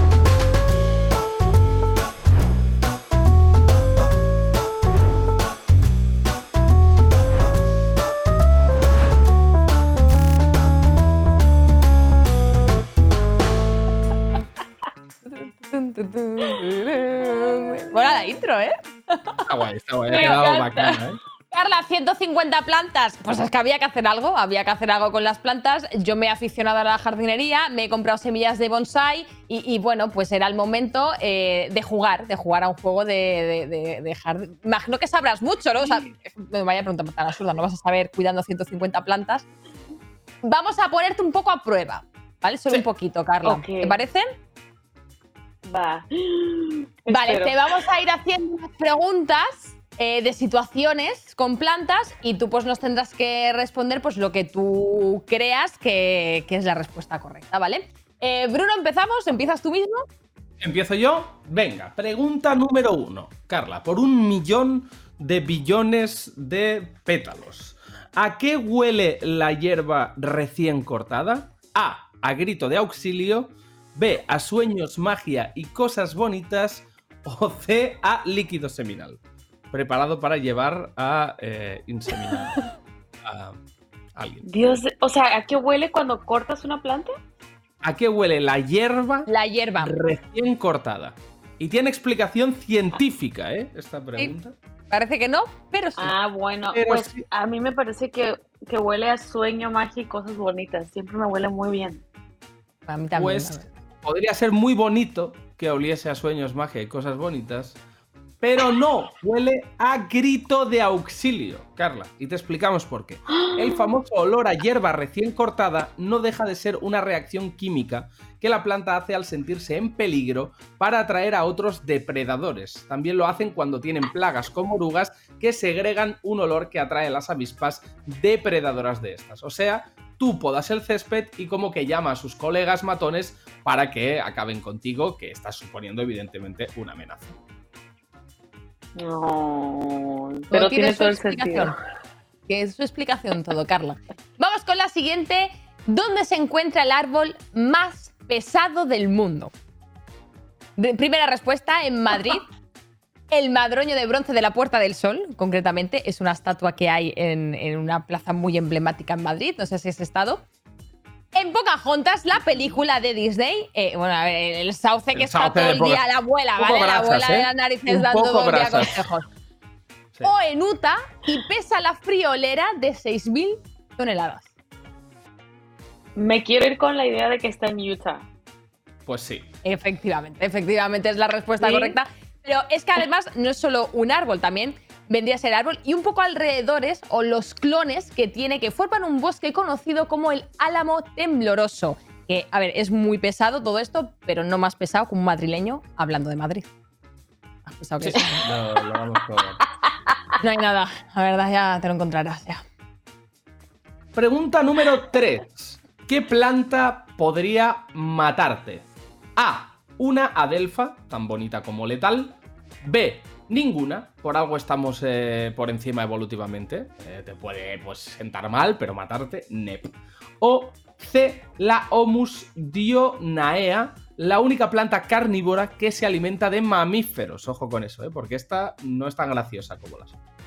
Bueno, la intro, ¿eh? Está guay, ha Me quedado encanta. bacana, ¿eh? Carla, 150 plantas. Pues es que había que hacer algo con las plantas. Yo me he aficionado a la jardinería, me he comprado semillas de bonsai y bueno, pues era el momento de jugar a un juego de jardín. Imagino que sabrás mucho, ¿no? O sea, me vaya a preguntar tan absurda, no vas a saber cuidando 150 plantas. Vamos a ponerte un poco a prueba. ¿vale? Solo un poquito, Carla. Ok. ¿Te parece? Va. Vale, Espero. te vamos a ir haciendo unas preguntas de situaciones con plantas y tú pues nos tendrás que responder pues lo que tú creas que es la respuesta correcta, ¿vale? Bruno, ¿empezamos? ¿Empiezas tú mismo? ¿Empiezo yo? Venga, pregunta número 1. Carla, por 1.000.000 de billones de pétalos, ¿a qué huele la hierba recién cortada? A. A grito de auxilio. B. A sueños, magia y cosas bonitas. O C. A líquido seminal. Preparado para llevar a inseminar a alguien. Dios, o sea, ¿a qué huele cuando cortas una planta? ¿A qué huele la hierba La hierba. recién cortada? Y tiene explicación científica, esta pregunta. Parece que no, pero sí. Ah, bueno, Pero pues sí. a mí me parece que huele a sueño, magia y cosas bonitas. Siempre me huele muy bien. A mí también. Pues podría ser muy bonito que oliese a sueños, magia y cosas bonitas, pero no, huele a grito de auxilio, Carla. Y te explicamos por qué. El famoso olor a hierba recién cortada no deja de ser una reacción química que la planta hace al sentirse en peligro para atraer a otros depredadores. También lo hacen cuando tienen plagas como orugas que segregan un olor que atrae a las avispas depredadoras de estas. O sea, tú podas el césped y como que llama a sus colegas matones para que acaben contigo, que estás suponiendo evidentemente una amenaza. No, pero Tiene tiene su todo el explicación. sentido. Que es su explicación todo, Carla. Vamos con la siguiente. ¿Dónde se encuentra el árbol más pesado del mundo? Primera respuesta, en Madrid. El madroño de bronce de la Puerta del Sol, concretamente, es una estatua que hay en una plaza muy emblemática en Madrid. No sé si has estado. En Pocahontas, la película de Disney, bueno, a ver, el sauce que está sauce todo de el día Poca- la abuela, un poco ¿vale? La brasas, abuela de ¿eh? las narices Un dando poco todo el día brasas. consejos. Sí. O en Utah y pesa la friolera de 6.000 toneladas. Me quiero ir con la idea de que está en Utah. Pues sí. Efectivamente es la respuesta ¿Sí? correcta. Pero es que además no es solo un árbol, también vendría a ser árbol y un poco alrededores o los clones que tiene que forman un bosque conocido como el Álamo Tembloroso. Que, a ver, es muy pesado todo esto, pero no más pesado que un madrileño hablando de Madrid. Más pesado que Sí, eso. lo vamos por... No hay nada, la verdad ya te lo encontrarás ya. Pregunta número 3. ¿Qué planta podría matarte? A. Una adelfa, tan bonita como letal. B. Ninguna, por algo estamos por encima evolutivamente. Te puede pues, sentar mal, pero matarte, nep. O C. La Homus dionaea, la única planta carnívora que se alimenta de mamíferos. Ojo con eso, porque esta no es tan graciosa como las otras.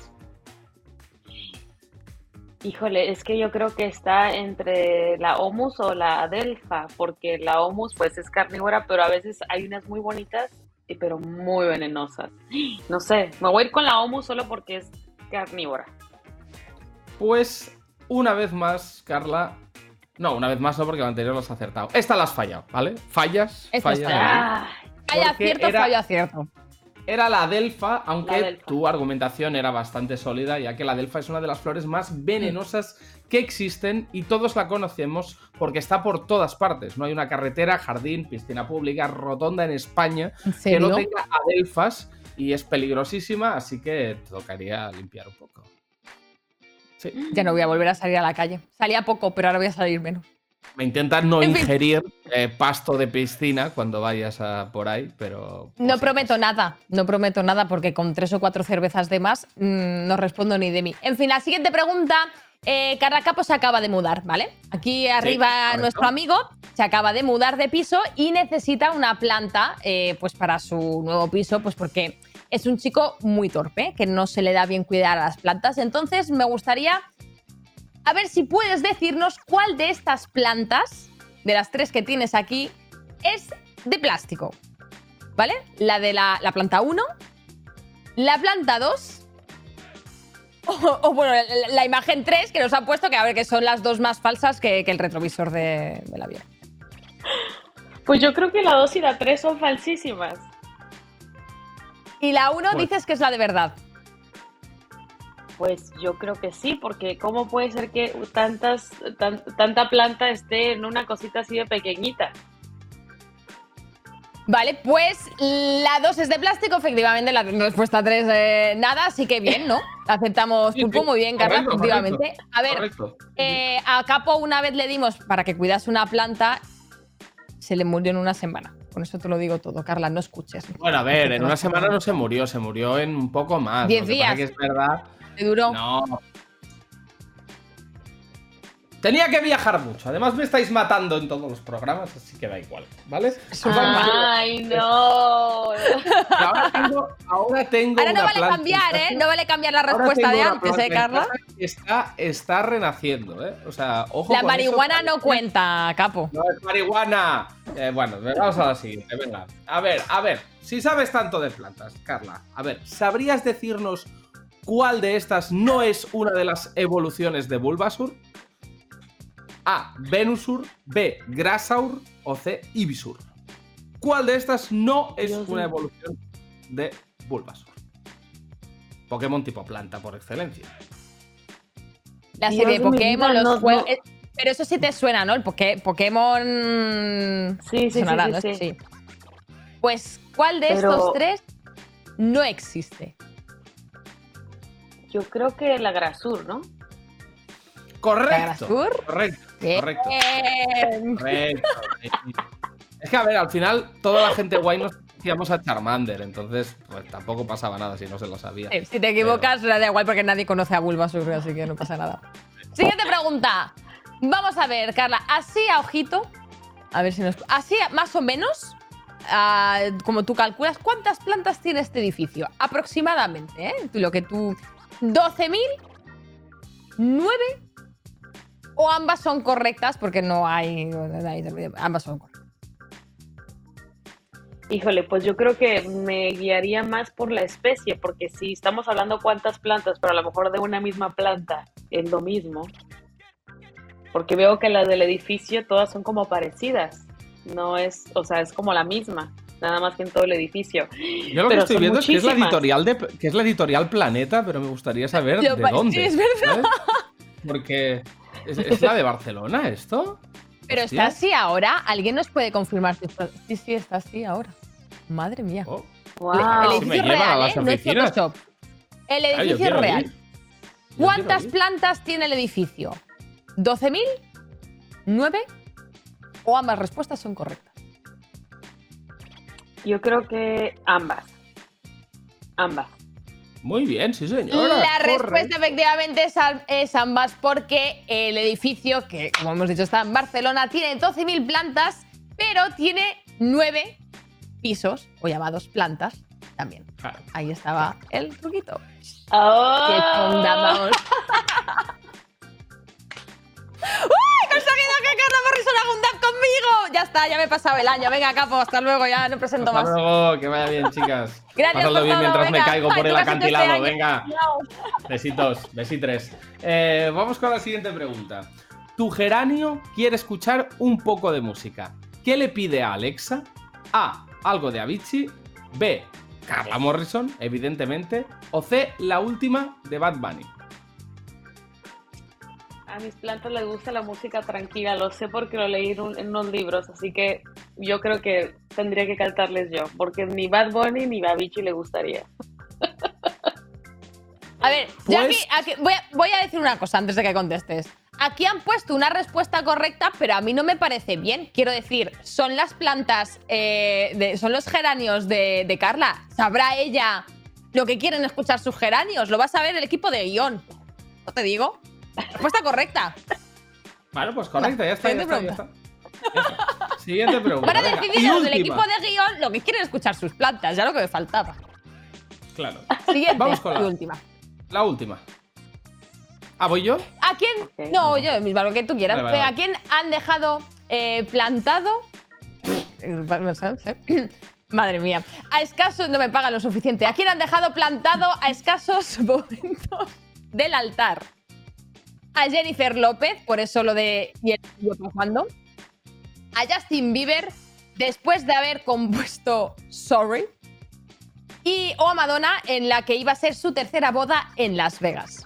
Híjole, es que yo creo que está entre la Homus o la Adelfa, porque la Homus pues es carnívora, pero a veces hay unas muy bonitas, pero muy venenosas. No sé, me voy a ir con la Homus solo porque es carnívora. Pues una vez más, Carla... No, una vez más no, porque lo anterior lo has acertado. Esta la has fallado, ¿vale? Fallas. Esta fallas. está. Ay, Falla Porque acierto, era- fallo acierto. Era la adelfa, aunque La adelfa. tu argumentación era bastante sólida, ya que la adelfa es una de las flores más venenosas que existen y todos la conocemos porque está por todas partes. No hay una carretera, jardín, piscina pública, rotonda en España ¿En que no serio? tenga adelfas y es peligrosísima, así que te tocaría limpiar un poco. Sí. Ya no voy a volver a salir a la calle. Salía poco, pero ahora voy a salir menos. Me intentas no En fin. ingerir pasto de piscina cuando vayas por ahí, pero... No prometo nada porque con 3 o 4 cervezas de más no respondo ni de mí. En fin, la siguiente pregunta. Carla Capo se acaba de mudar, ¿vale? Aquí arriba correcto. nuestro amigo se acaba de mudar de piso y necesita una planta pues para su nuevo piso, pues porque es un chico muy torpe, que no se le da bien cuidar a las plantas. Entonces me gustaría a ver si puedes decirnos cuál de estas plantas, de las 3 que tienes aquí, es de plástico. ¿Vale? La de la planta 1, la planta 2 o bueno, la imagen 3 que nos han puesto, que a ver, que son las 2 más falsas que el retrovisor del avión. pues yo creo que la 2 y la 3 son falsísimas. Y la 1 Pues- dices que es la de verdad. Pues yo creo que sí, porque ¿cómo puede ser que tanta planta esté en una cosita así de pequeñita? Vale, pues la 2 es de plástico, efectivamente, la respuesta 3 nada, así que bien, ¿no? Aceptamos pulpo, muy bien, Carla, efectivamente. A ver, a Capo una vez le dimos para que cuidase una planta, se le murió en una semana. Con eso te lo digo todo, Carla, no escuches. Bueno, a ver, en una semana no se murió en un poco más. 10 días. Que es verdad. ¿Te duró? No. Tenía que viajar mucho. Además, me estáis matando en todos los programas, así que da igual, ¿vale? ¡Ay, no! Ahora tengo Ahora no una vale planta cambiar, ¿eh? No vale cambiar la respuesta de antes, ¿eh, Carla? Está renaciendo, ¿eh? O sea, ojo. La marihuana no cuenta, Capo. No es marihuana. Bueno, vamos a la siguiente, venga. A ver. Si sabes tanto de plantas, Carla, a ver, ¿sabrías decirnos cuál de estas no es una de las evoluciones de Bulbasaur? A. Venusaur, B. Grasaur o C. Ivysaur. ¿Cuál de estas no es una evolución de Bulbasaur? Pokémon tipo planta por excelencia. La serie de Pokémon, los juegos... Pero eso sí te suena, ¿no? El Pokémon... Sí. Sonará, ¿no? Sí. Pues, ¿cuál de estos 3 no existe? Yo creo que la Grasur, ¿no? Correcto. Correcto. Es que, a ver, al final toda la gente guay nos decíamos a Charmander, entonces pues tampoco pasaba nada si no se lo sabía. Si te equivocas, da igual porque nadie conoce a Bulbasaur, así que no pasa nada. Siguiente pregunta. Vamos a ver, Carla, así a ojito, a ver si nos... Así más o menos, como tú calculas, ¿cuántas plantas tiene este edificio? Aproximadamente, ¿eh? Lo que tú... ¿12.000? ¿9? ¿O ambas son correctas? Porque no hay... Ambas son correctas. Híjole, pues yo creo que me guiaría más por la especie, porque si estamos hablando cuántas plantas, pero a lo mejor de una misma planta, es lo mismo. Porque veo que las del edificio todas son como parecidas. No es, o sea, es como la misma, nada más que en todo el edificio. Yo lo que estoy viendo es que es la editorial Planeta, pero me gustaría saber de dónde. Sí, es verdad. Porque ¿es la de Barcelona esto? Pero Hostia. está así ahora. ¿Alguien nos puede confirmar si está? Sí, está así ahora. Madre mía. Oh. Wow. El edificio real, ¿eh? No es Photoshop. El edificio es real. ¿Cuántas plantas tiene el edificio? ¿12.000? ¿9? ¿O ambas respuestas son correctas? Yo creo que ambas. Ambas. Muy bien, sí señora. La respuesta efectivamente es ambas, porque el edificio, que como hemos dicho está en Barcelona, tiene 12.000 plantas, pero tiene 9 pisos, o llamados plantas, también. Claro. Ahí estaba el truquito. Oh. ¡Qué pongamos! ¡Uy! ¡He conseguido que Carla Morrison haga un dab conmigo! Ya está, ya me he pasado el año. Venga, Capo, hasta luego, ya no presento más. Hasta luego, que vaya bien, chicas. Gracias. Pasadlo bien mientras venga. me caigo por el acantilado, venga. No. Besitos, besitres. Vamos con la siguiente pregunta. Tu geranio quiere escuchar un poco de música. ¿Qué le pide a Alexa? A. Algo de Avicii. B. Carla Morrison, evidentemente. O C. La última de Bad Bunny. A mis plantas les gusta la música tranquila, lo sé porque lo leí en unos libros, así que yo creo que tendría que cantarles yo, porque ni Bad Bunny ni Avicii le gustaría. A ver, Pues... yo aquí voy a decir una cosa antes de que contestes. Aquí han puesto una respuesta correcta, pero a mí no me parece bien. Quiero decir, son las plantas, son los geranios de Carla. ¿Sabrá ella lo que quieren escuchar sus geranios? Lo va a saber el equipo de guión. ¿No te digo? Respuesta correcta. Bueno, pues correcta, ya está. Siguiente pregunta. Para venga. decidir Y los del última. equipo de guión lo que quieren escuchar sus plantas, ya lo que me faltaba. Claro. Siguiente, Vamos con y última. La última. ¿Ah, voy yo? ¿A quién? Ok. No, yo misma, lo que tú quieras. Vale. ¿A quién han dejado plantado? Madre mía. A escasos, no me pagan lo suficiente. ¿A quién han dejado plantado a escasos momentos del altar? A Jennifer López, por eso lo de y el tío pasando. A Justin Bieber, después de haber compuesto Sorry. o a Madonna en la que iba a ser su tercera boda en Las Vegas?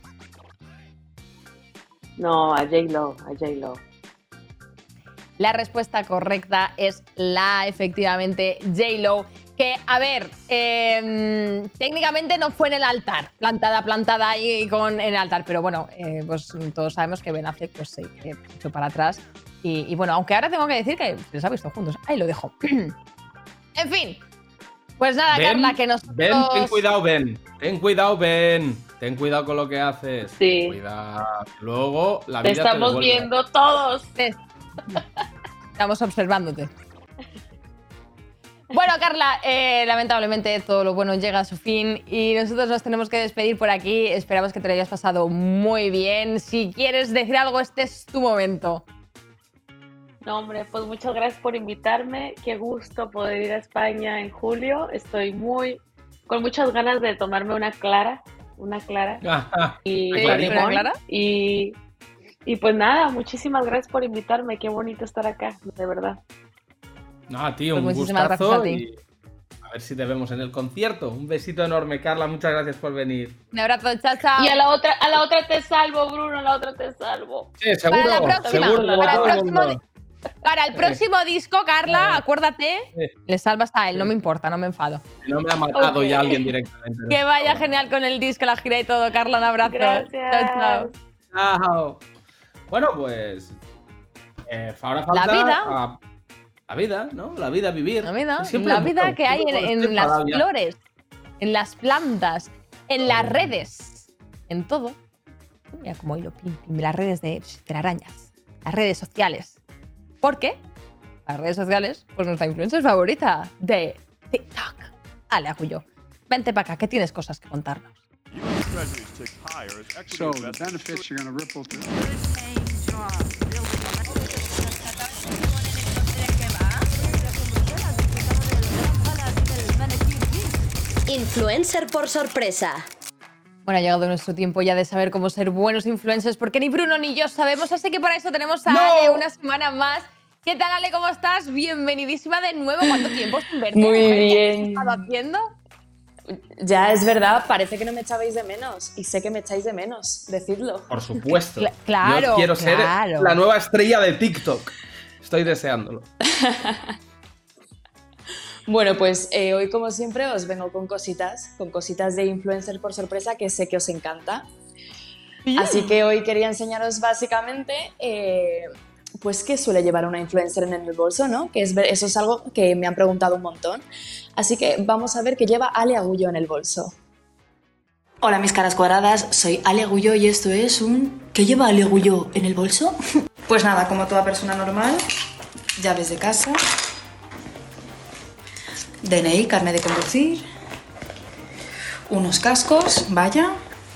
No, a J-Lo, a J-Lo. La respuesta correcta es efectivamente, J-Lo. Que, a ver, técnicamente no fue en el altar, plantada ahí en el altar, pero bueno, pues todos sabemos que Ben Affleck pues, se echó para atrás. Y bueno, aunque ahora tengo que decir que se les ha visto juntos. Ahí lo dejo. En fin, pues nada, Ben, Carla, que nosotros... Ben, ten cuidado, Ben. Ten cuidado, Ben. Ten cuidado con lo que haces. Sí. Cuidado. Luego la Te vida estamos devuelve. viendo todos. Estamos observándote. Bueno, Carla, lamentablemente todo lo bueno llega a su fin y nosotros nos tenemos que despedir por aquí. Esperamos que te lo hayas pasado muy bien. Si quieres decir algo, este es tu momento. No, hombre, pues muchas gracias por invitarme. Qué gusto poder ir a España en julio. Estoy con muchas ganas de tomarme una clara. Y ¿Una clara? Y pues nada, muchísimas gracias por invitarme. Qué bonito estar acá, de verdad. No, tío, Pues un muchísimas gustazo gracias a ti. y a ver si te vemos en el concierto. Un besito enorme, Carla. Muchas gracias por venir. Un abrazo, chao, chao. Y a la otra te salvo, Bruno, a la otra te salvo. Sí, seguro. Para la próxima, seguro, para el todo el próximo, mundo. para el próximo disco, Carla, acuérdate, Sí. le salvas a él, no me importa, no me enfado. No me ha matado Ok. ya alguien directamente. Que vaya genial con el disco, la gira y todo, Carla, un abrazo. Gracias. Chao, chao. Chao. Bueno, pues. Ahora falta. La vida. La vida, ¿no? La vida, vivir. La vida, Siempre la me vida gusta, que hay siempre en estoy las enfadado ya. flores, en las plantas, en las redes, en todo. Mira cómo hilo pim, pim, las redes de telarañas, las redes sociales. ¿Por qué? Las redes sociales, pues nuestra influencer favorita de TikTok, Ale Agullo. Vente para acá, que tienes cosas que contarnos. So the benefits are going to ripple through. Influencer por sorpresa. Bueno, ha llegado nuestro tiempo ya de saber cómo ser buenos influencers, porque ni Bruno ni yo sabemos, así que para eso tenemos a Ale una semana más. ¿Qué tal, Ale? ¿Cómo estás? Bienvenidísima de nuevo. ¿Cuánto tiempo sin verte? Muy mujer? bien. ¿Qué has estado haciendo? Ya es verdad, parece que no me echabais de menos. Y sé que me echáis de menos, decidlo. Por supuesto. Claro, Yo quiero ser claro. la nueva estrella de TikTok. Estoy deseándolo. Bueno, pues hoy, como siempre, os vengo con cositas de influencer por sorpresa que sé que os encanta. Así que hoy quería enseñaros básicamente pues qué suele llevar una influencer en el bolso, ¿no? Eso es algo que me han preguntado un montón. Así que vamos a ver qué lleva Ale Agullo en el bolso. Hola mis caras cuadradas, soy Ale Agullo y esto es un... ¿Qué lleva Ale Agullo en el bolso? Pues nada, como toda persona normal, llaves de casa, DNI, carnet de conducir, unos cascos, vaya,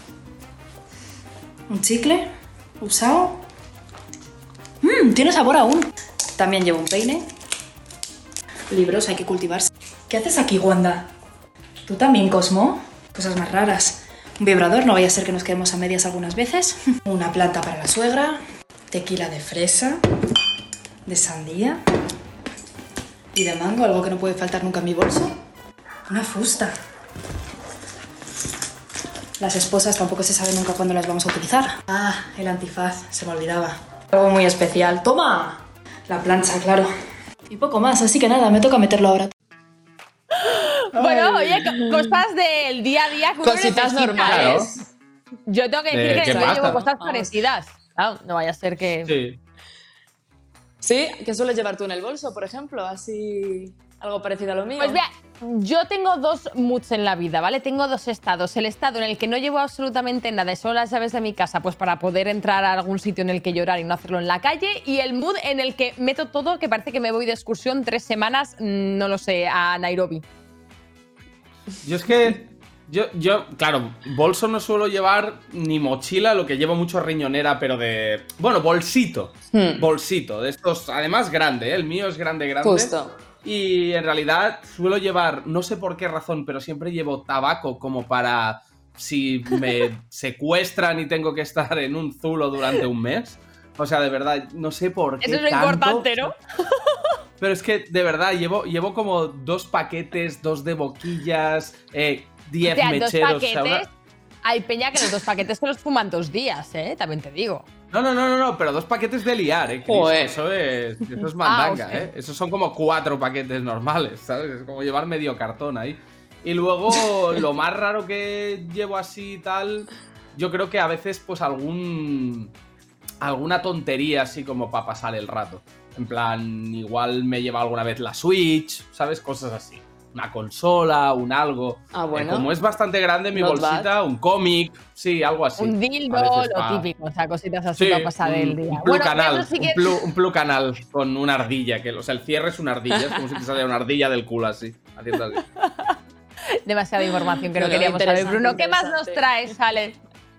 un chicle usado. Tiene sabor aún. También llevo un peine. Libros, hay que cultivarse. ¿Qué haces aquí, Wanda? ¿Tú también, Cosmo? Cosas más raras. Un vibrador, no vaya a ser que nos quedemos a medias algunas veces. Una planta para la suegra. Tequila de fresa. De sandía. Y de mango, algo que no puede faltar nunca en mi bolso. Una fusta. Las esposas tampoco se sabe nunca cuándo las vamos a utilizar. Ah, el antifaz, se me olvidaba. Algo muy especial. ¡Toma! La plancha, claro. Y poco más, así que nada, me toca meterlo ahora. Bueno, oye, cosas del día a día que uno Cositas necesita, normales. ¿eh? Yo tengo que decir que ¿qué yo pasa? llevo cosas Vamos. parecidas. Claro, no vaya a ser que... Sí. ¿Sí? ¿Qué sueles llevar tú en el bolso, por ejemplo? Así, algo parecido a lo mío. Pues mira, yo tengo dos moods en la vida, ¿vale? Tengo dos estados. El estado en el que no llevo absolutamente nada, solo las llaves de mi casa, pues para poder entrar a algún sitio en el que llorar y no hacerlo en la calle. Y el mood en el que meto todo, que parece que me voy de excursión 3 semanas, no lo sé, a Nairobi. Yo es que. Yo, claro, bolso no suelo llevar ni mochila, lo que llevo mucho es riñonera, pero de. Bueno, bolsito. Bolsito. De estos, además grande, ¿eh? El mío es grande. Justo. Y en realidad suelo llevar, no sé por qué razón, pero siempre llevo tabaco como para si me secuestran y tengo que estar en un zulo durante un mes. O sea, de verdad, no sé por qué. Eso es lo tanto. importante, ¿no? Pero es que, de verdad, llevo como 2 paquetes, 2 de boquillas, 10 mecheros. 2 paquetes. Hay peña que los 2 paquetes se los fuman 2 días, también te digo. No, pero 2 paquetes de liar, Chris. Eso es mandanga, hostia. Esos son como 4 paquetes normales, ¿sabes? Es como llevar medio cartón ahí. Y luego, lo más raro que llevo así y tal, yo creo que a veces, pues, alguna tontería así como para pasar el rato. En plan, igual me lleva alguna vez la Switch, ¿sabes? Cosas así. Una consola, un algo. Ah, bueno. Como es bastante grande mi bolsita, un cómic, sí, algo así. Un dildo, lo típico, o sea, cositas así Sí, para pasar el día. Un plug canal, eso sí que... un plug canal con una ardilla, o sea, el cierre es una ardilla, es como si te saliera una ardilla del culo así, haciendo así. Demasiada información que no Pero queríamos saber. interesante, Bruno, ¿qué más nos interesante. traes, Ale?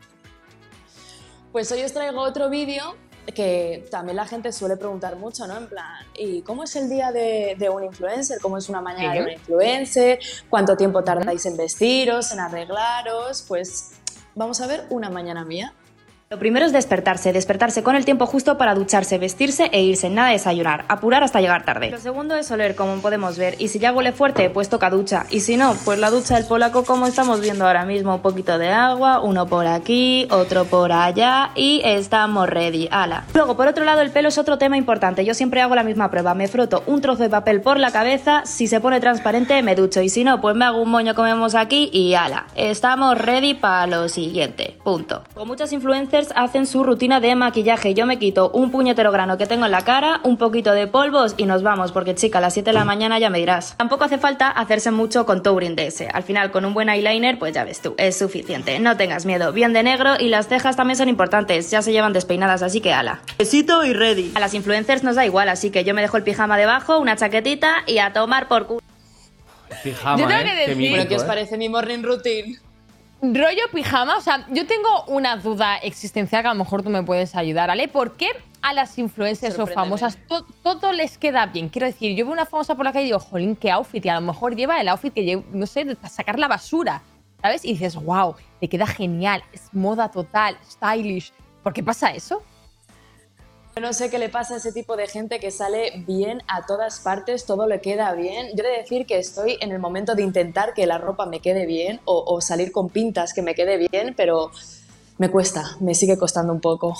Pues hoy os traigo otro vídeo que también la gente suele preguntar mucho, ¿no? En plan, ¿y cómo es el día de un influencer? ¿Cómo es una mañana de un influencer? ¿Cuánto tiempo tardáis en vestiros, en arreglaros? Pues vamos a ver una mañana mía. Lo primero es despertarse con el tiempo justo para ducharse, vestirse e irse, nada de desayunar, apurar hasta llegar tarde. Lo segundo es oler, como podemos ver, y si ya huele fuerte, pues toca ducha, y si no, pues la ducha del polaco como estamos viendo ahora mismo, un poquito de agua, uno por aquí, otro por allá, y estamos ready, ala. Luego, por otro lado, el pelo es otro tema importante, yo siempre hago la misma prueba, me froto un trozo de papel por la cabeza, si se pone transparente me ducho, y si no, pues me hago un moño como vemos aquí, y ala, estamos ready para lo siguiente, punto. Con muchas influencers hacen su rutina de maquillaje. Yo me quito un puñetero grano que tengo en la cara, un poquito de polvos y nos vamos, porque chica, a las 7 de la mañana ya me dirás. Tampoco hace falta hacerse mucho contouring de ese. Al final, con un buen eyeliner, pues ya ves tú, es suficiente. No tengas miedo. Bien de negro y las cejas también son importantes. Ya se llevan despeinadas, así que ala. Besito y ready. A las influencers nos da igual, así que yo me dejo el pijama debajo, una chaquetita y a tomar por culo. Pijama, Yo tengo que decir- Bueno, ¿qué os parece mi morning routine? Rollo pijama, o sea, yo tengo una duda existencial que a lo mejor tú me puedes ayudar, ¿vale? ¿Por qué a las influencers o famosas todo les queda bien? Quiero decir, yo veo una famosa por la calle y digo, jolín, qué outfit, y a lo mejor lleva el outfit que lleva, no sé, para sacar la basura, ¿sabes? Y dices, wow, le queda genial, es moda total, stylish. ¿Por qué pasa eso? Yo no sé qué le pasa a ese tipo de gente que sale bien a todas partes, todo le queda bien. Yo he de decir que estoy en el momento de intentar que la ropa me quede bien o salir con pintas que me quede bien, pero me cuesta, me sigue costando un poco.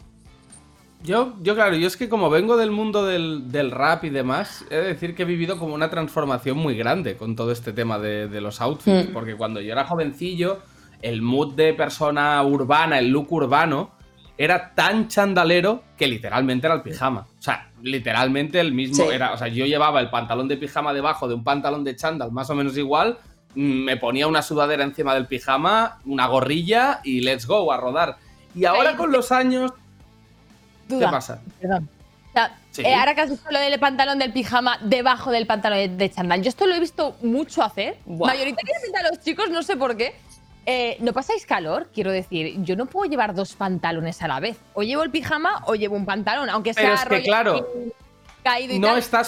Yo es que como vengo del mundo del rap y demás, he de decir que he vivido como una transformación muy grande con todo este tema de los outfits, porque cuando yo era jovencillo, el mood de persona urbana, el look urbano, era tan chandalero que literalmente era el pijama. O sea, literalmente el mismo era. O sea, yo llevaba el pantalón de pijama debajo de un pantalón de chándal más o menos igual, me ponía una sudadera encima del pijama, una gorrilla y let's go a rodar. Y ahora con los años... Duda. ¿Qué pasa? Perdón. O sea, Sí. ahora que has visto lo del pantalón del pijama debajo del pantalón de chándal, yo esto lo he visto mucho hacer. Buah. Mayoritariamente a los chicos, no sé por qué. ¿No pasáis calor? Quiero decir, yo no puedo llevar 2 pantalones a la vez. O llevo el pijama o llevo un pantalón, aunque sea Pero es que rollo claro, caído y no tal. estás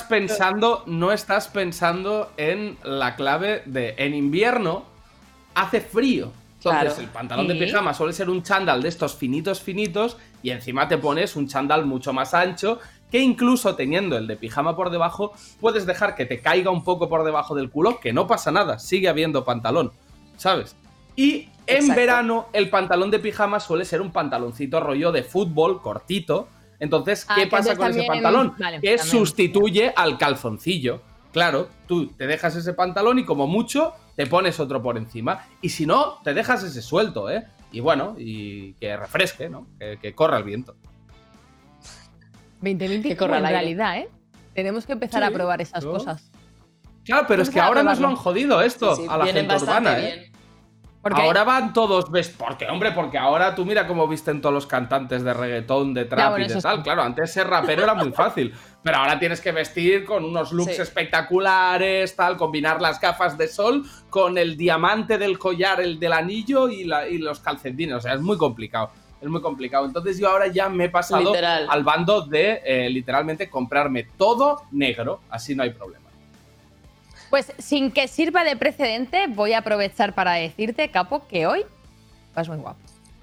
pensando en la clave de en invierno hace frío. Entonces Claro. el pantalón de Sí. pijama suele ser un chándal de estos finitos y encima te pones un chándal mucho más ancho que incluso teniendo el de pijama por debajo puedes dejar que te caiga un poco por debajo del culo, que no pasa nada, sigue habiendo pantalón, ¿sabes? Y en Exacto. verano el pantalón de pijama suele ser un pantaloncito rollo de fútbol cortito. Entonces, ¿qué que pasa entonces con ese también- pantalón? vale, Que también. sustituye al calzoncillo. Claro, tú te dejas ese pantalón y como mucho te pones otro por encima. Y si no, te dejas ese suelto, ¿eh? Y bueno, y que refresque, ¿no? Que corra el viento. 2020 Que corra en el aire. realidad, ¿eh? Tenemos que empezar Sí, a probar esas yo- cosas. Claro, pero es que Vamos a ahora nos lo probarlo. han jodido esto Sí, a la vienen gente bastante urbana, bien. ¿eh? ¿Por qué? Ahora van todos porque ahora tú mira cómo visten todos los cantantes de reggaetón, de trap bueno, y de eso tal. sí. Claro, antes ser rapero era muy fácil, pero ahora tienes que vestir con unos looks Sí. espectaculares, tal, combinar las gafas de sol con el diamante del collar, el del anillo y los calcetines. O sea, es muy complicado. Es muy complicado. Entonces yo ahora ya me he pasado Literal. al bando de literalmente comprarme todo negro, así no hay problema. Pues sin que sirva de precedente, voy a aprovechar para decirte, Capo, que hoy vas muy guapo.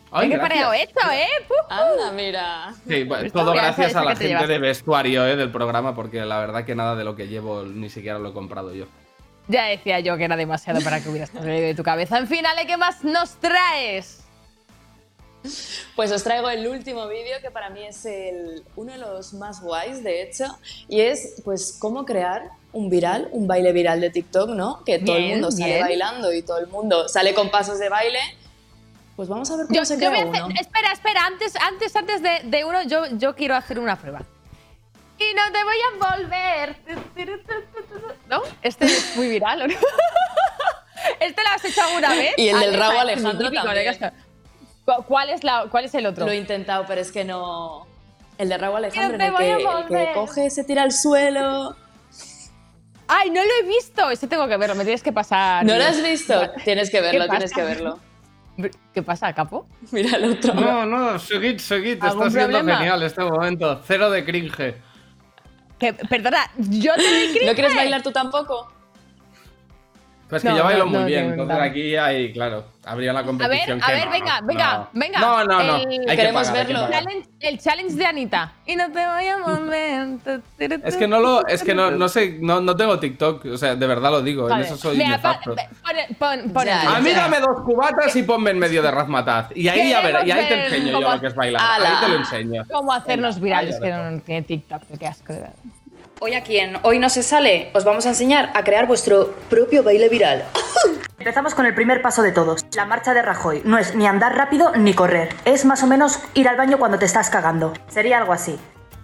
Ay, ¡Qué gracias. pareo hecho, Anda, mira. Sí, bueno, Esto, todo mira, gracias esa a la que te gente llevas. de vestuario del programa, porque la verdad que nada de lo que llevo ni siquiera lo he comprado yo. Ya decía yo que era demasiado para que hubieras salido de tu cabeza. En fin, Ale, ¿qué más nos traes? Pues os traigo el último vídeo que para mí es uno de los más guays, de hecho, y es pues cómo crear un baile viral de TikTok, ¿no? Que todo el Bien, mundo sale bien. bailando y todo el mundo sale con pasos de baile. Pues vamos a ver cómo se Yo crea voy a hacer, uno. espera, antes de uno, yo quiero hacer una prueba. Y no te voy a volver. ¿No? Este es muy viral, ¿o no? ¿Este lo has hecho alguna vez? Y el del Ale, Raúl es Alejandro típico, también. ¿no? ¿Cuál es el otro? Lo he intentado, pero es que no... El de Raúl Alejandro, te en voy a el que volver. coge, se tira al suelo... ¡Ay, no lo he visto! Ese tengo que verlo, me tienes que pasar. ¿No lo has visto? Tienes que verlo, ¿Qué tienes pasa? que verlo. ¿Qué pasa, capo? Mira el otro. No, seguid, está ¿Algún siendo problema? genial este momento. Cero de cringe. Perdona, yo te doy cringe. ¿No quieres bailar tú tampoco? Pues que No, yo bailo no, muy no, bien, no, entonces no. aquí hay, claro, habría la competición. A ver, venga. No, El- hay que Queremos pagar, hay que verlo. pagar. El challenge de Anita. Y no te voy a volver. Es que no sé, no tengo TikTok, o sea, de verdad lo digo, Vale. en eso soy Mira, nefasto. pon Ya, el A mí vídeo. dame 2 cubatas y ponme en medio de Razmataz. Y ahí, a ver, y ahí te Queremos ver enseño yo cómo- lo que es bailar. ¡Hala! Ahí te lo enseño. Cómo hacernos Venga, virales, ahí que lo dejo. no tiene TikTok. Qué asco, de verdad. Hoy aquí en Hoy No Se Sale os vamos a enseñar a crear vuestro propio baile viral. Empezamos con el primer paso de todos, la marcha de Rajoy. No es ni andar rápido ni correr, es más o menos ir al baño cuando te estás cagando. Sería algo así.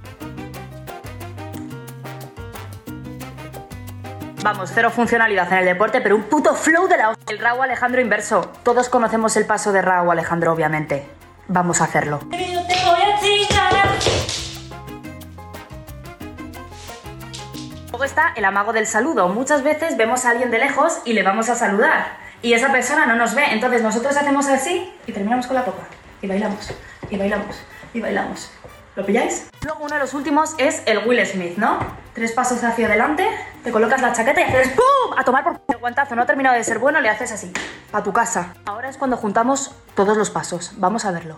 Vamos, cero funcionalidad en el deporte, pero un puto flow de la hostia. El Raúl Alejandro inverso. Todos conocemos el paso de Raúl Alejandro, obviamente. Vamos a hacerlo. Luego está el amago del saludo. Muchas veces vemos a alguien de lejos y le vamos a saludar. Y esa persona no nos ve. Entonces nosotros hacemos así y terminamos con la copa. Y bailamos, y bailamos, y bailamos. ¿Lo pilláis? Luego uno de los últimos es el Will Smith, ¿no? 3 pasos hacia adelante, te colocas la chaqueta y haces ¡pum! A tomar por el guantazo. No ha terminado de ser bueno, le haces así. A tu casa. Ahora es cuando juntamos todos los pasos. Vamos a verlo.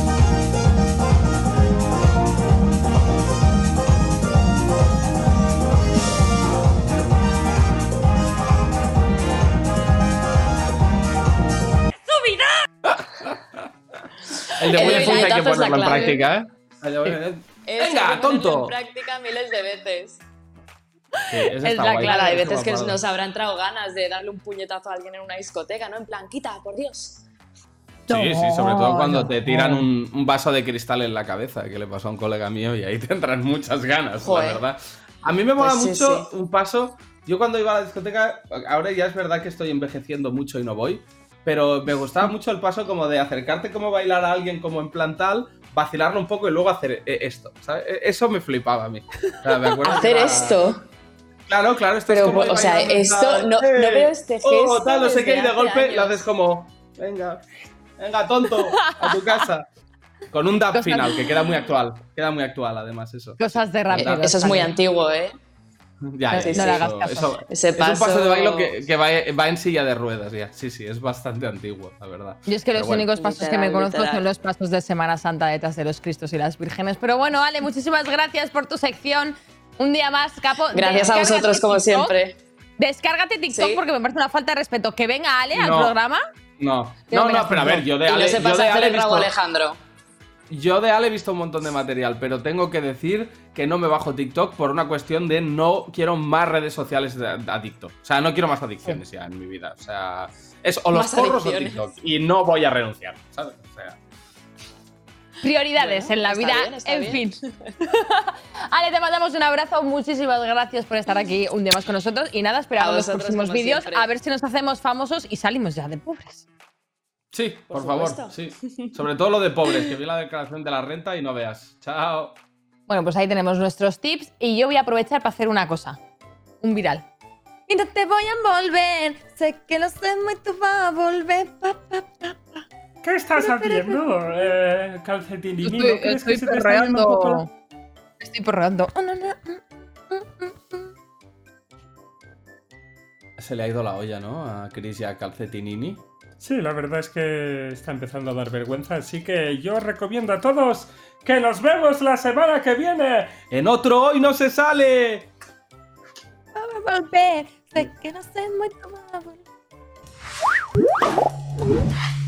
El de El Will del Smith hay que puñetazo es la ponerlo en clave. práctica, ¿eh? Eso hay que ¡Venga, ponerlo tonto! en práctica miles de veces. Sí, ese Es está la guay. Claro, hay Ese veces que me acuerdo. nos habrá entrado ganas de darle un puñetazo a alguien en una discoteca, ¿no? En plan, quita, por Dios. Sí, sobre todo cuando No, te tiran un vaso de cristal en la cabeza, que le pasó a un colega mío y ahí te entran muchas ganas, Joder. la verdad. A mí me mola Pues sí, mucho sí. un paso. Yo cuando iba a la discoteca, ahora ya es verdad que estoy envejeciendo mucho y no voy, pero me gustaba mucho el paso como de acercarte como bailar a alguien como en plan tal, vacilarlo un poco y luego hacer esto, ¿sabes? Eso me flipaba a mí. O sea, me acuerdo que Hacer era- esto. Claro, esto Pero, es como de o sea, bailar en esto, plan, no veo este gesto tal, no sé qué, y de desde golpe hace le años. haces como, venga, tonto, a tu casa. Con un dab Cosas- final, que queda muy actual además eso. Cosas de rápido. Eso es muy antiguo, ¿eh? Ya, Sí, eso, no le hagas caso. eso- Ese es un paso paso- de baile que va en silla de ruedas ya. Sí, es bastante antiguo, la verdad. Yo es que Pero los bueno. únicos pasos que me Literal, conozco literal. son los pasos de Semana Santa detrás de los Cristos y las Vírgenes. Pero bueno, Ale, muchísimas gracias por tu sección. Un día más, capo. Gracias a Descárgate vosotros, como TikTok. siempre. Descárgate TikTok Sí. porque me parece una falta de respeto. Que venga Ale al No. programa. No, Yo me la pero a ver, apunto. yo de Y no Ale, se yo pasa de a hacer Ale he el Raúl visto, Alejandro. yo de Ale he visto un montón de material, pero tengo que decir que no me bajo TikTok por una cuestión de no quiero más redes sociales adicto. O sea, no quiero más adicciones ya en mi vida. O sea, es o los Más porros o adicciones. TikTok. Y no voy a renunciar, ¿sabes? O sea, Prioridades Bueno, en la está vida, bien, está en bien. fin. Ale, te mandamos un abrazo. Muchísimas gracias por estar aquí un día más con nosotros. Y nada, A esperamos los vosotros, próximos como vídeos siempre. a ver si nos hacemos famosos y salimos ya de pobres. sí, por Por favor, supuesto. sí. Sobre todo lo de pobres, que vi la declaración de la renta y no veas. Chao. Bueno, pues ahí tenemos nuestros tips y yo voy a aprovechar para hacer una cosa. Un viral. Y no te voy a envolver, sé que lo sé muy, tú vas a volver. ¿Qué estás haciendo, calcetín? ¿No crees que se te está yendo un perreando. poco la- Estoy perreando. Oh, no, no. Se le ha ido la olla, ¿no? A Chris y a Calcetinini. Sí, la verdad es que está empezando a dar vergüenza, así que yo recomiendo a todos que nos vemos la semana que viene en otro Hoy No Se Sale. Vamos a volver, sé que no sé muy tomar.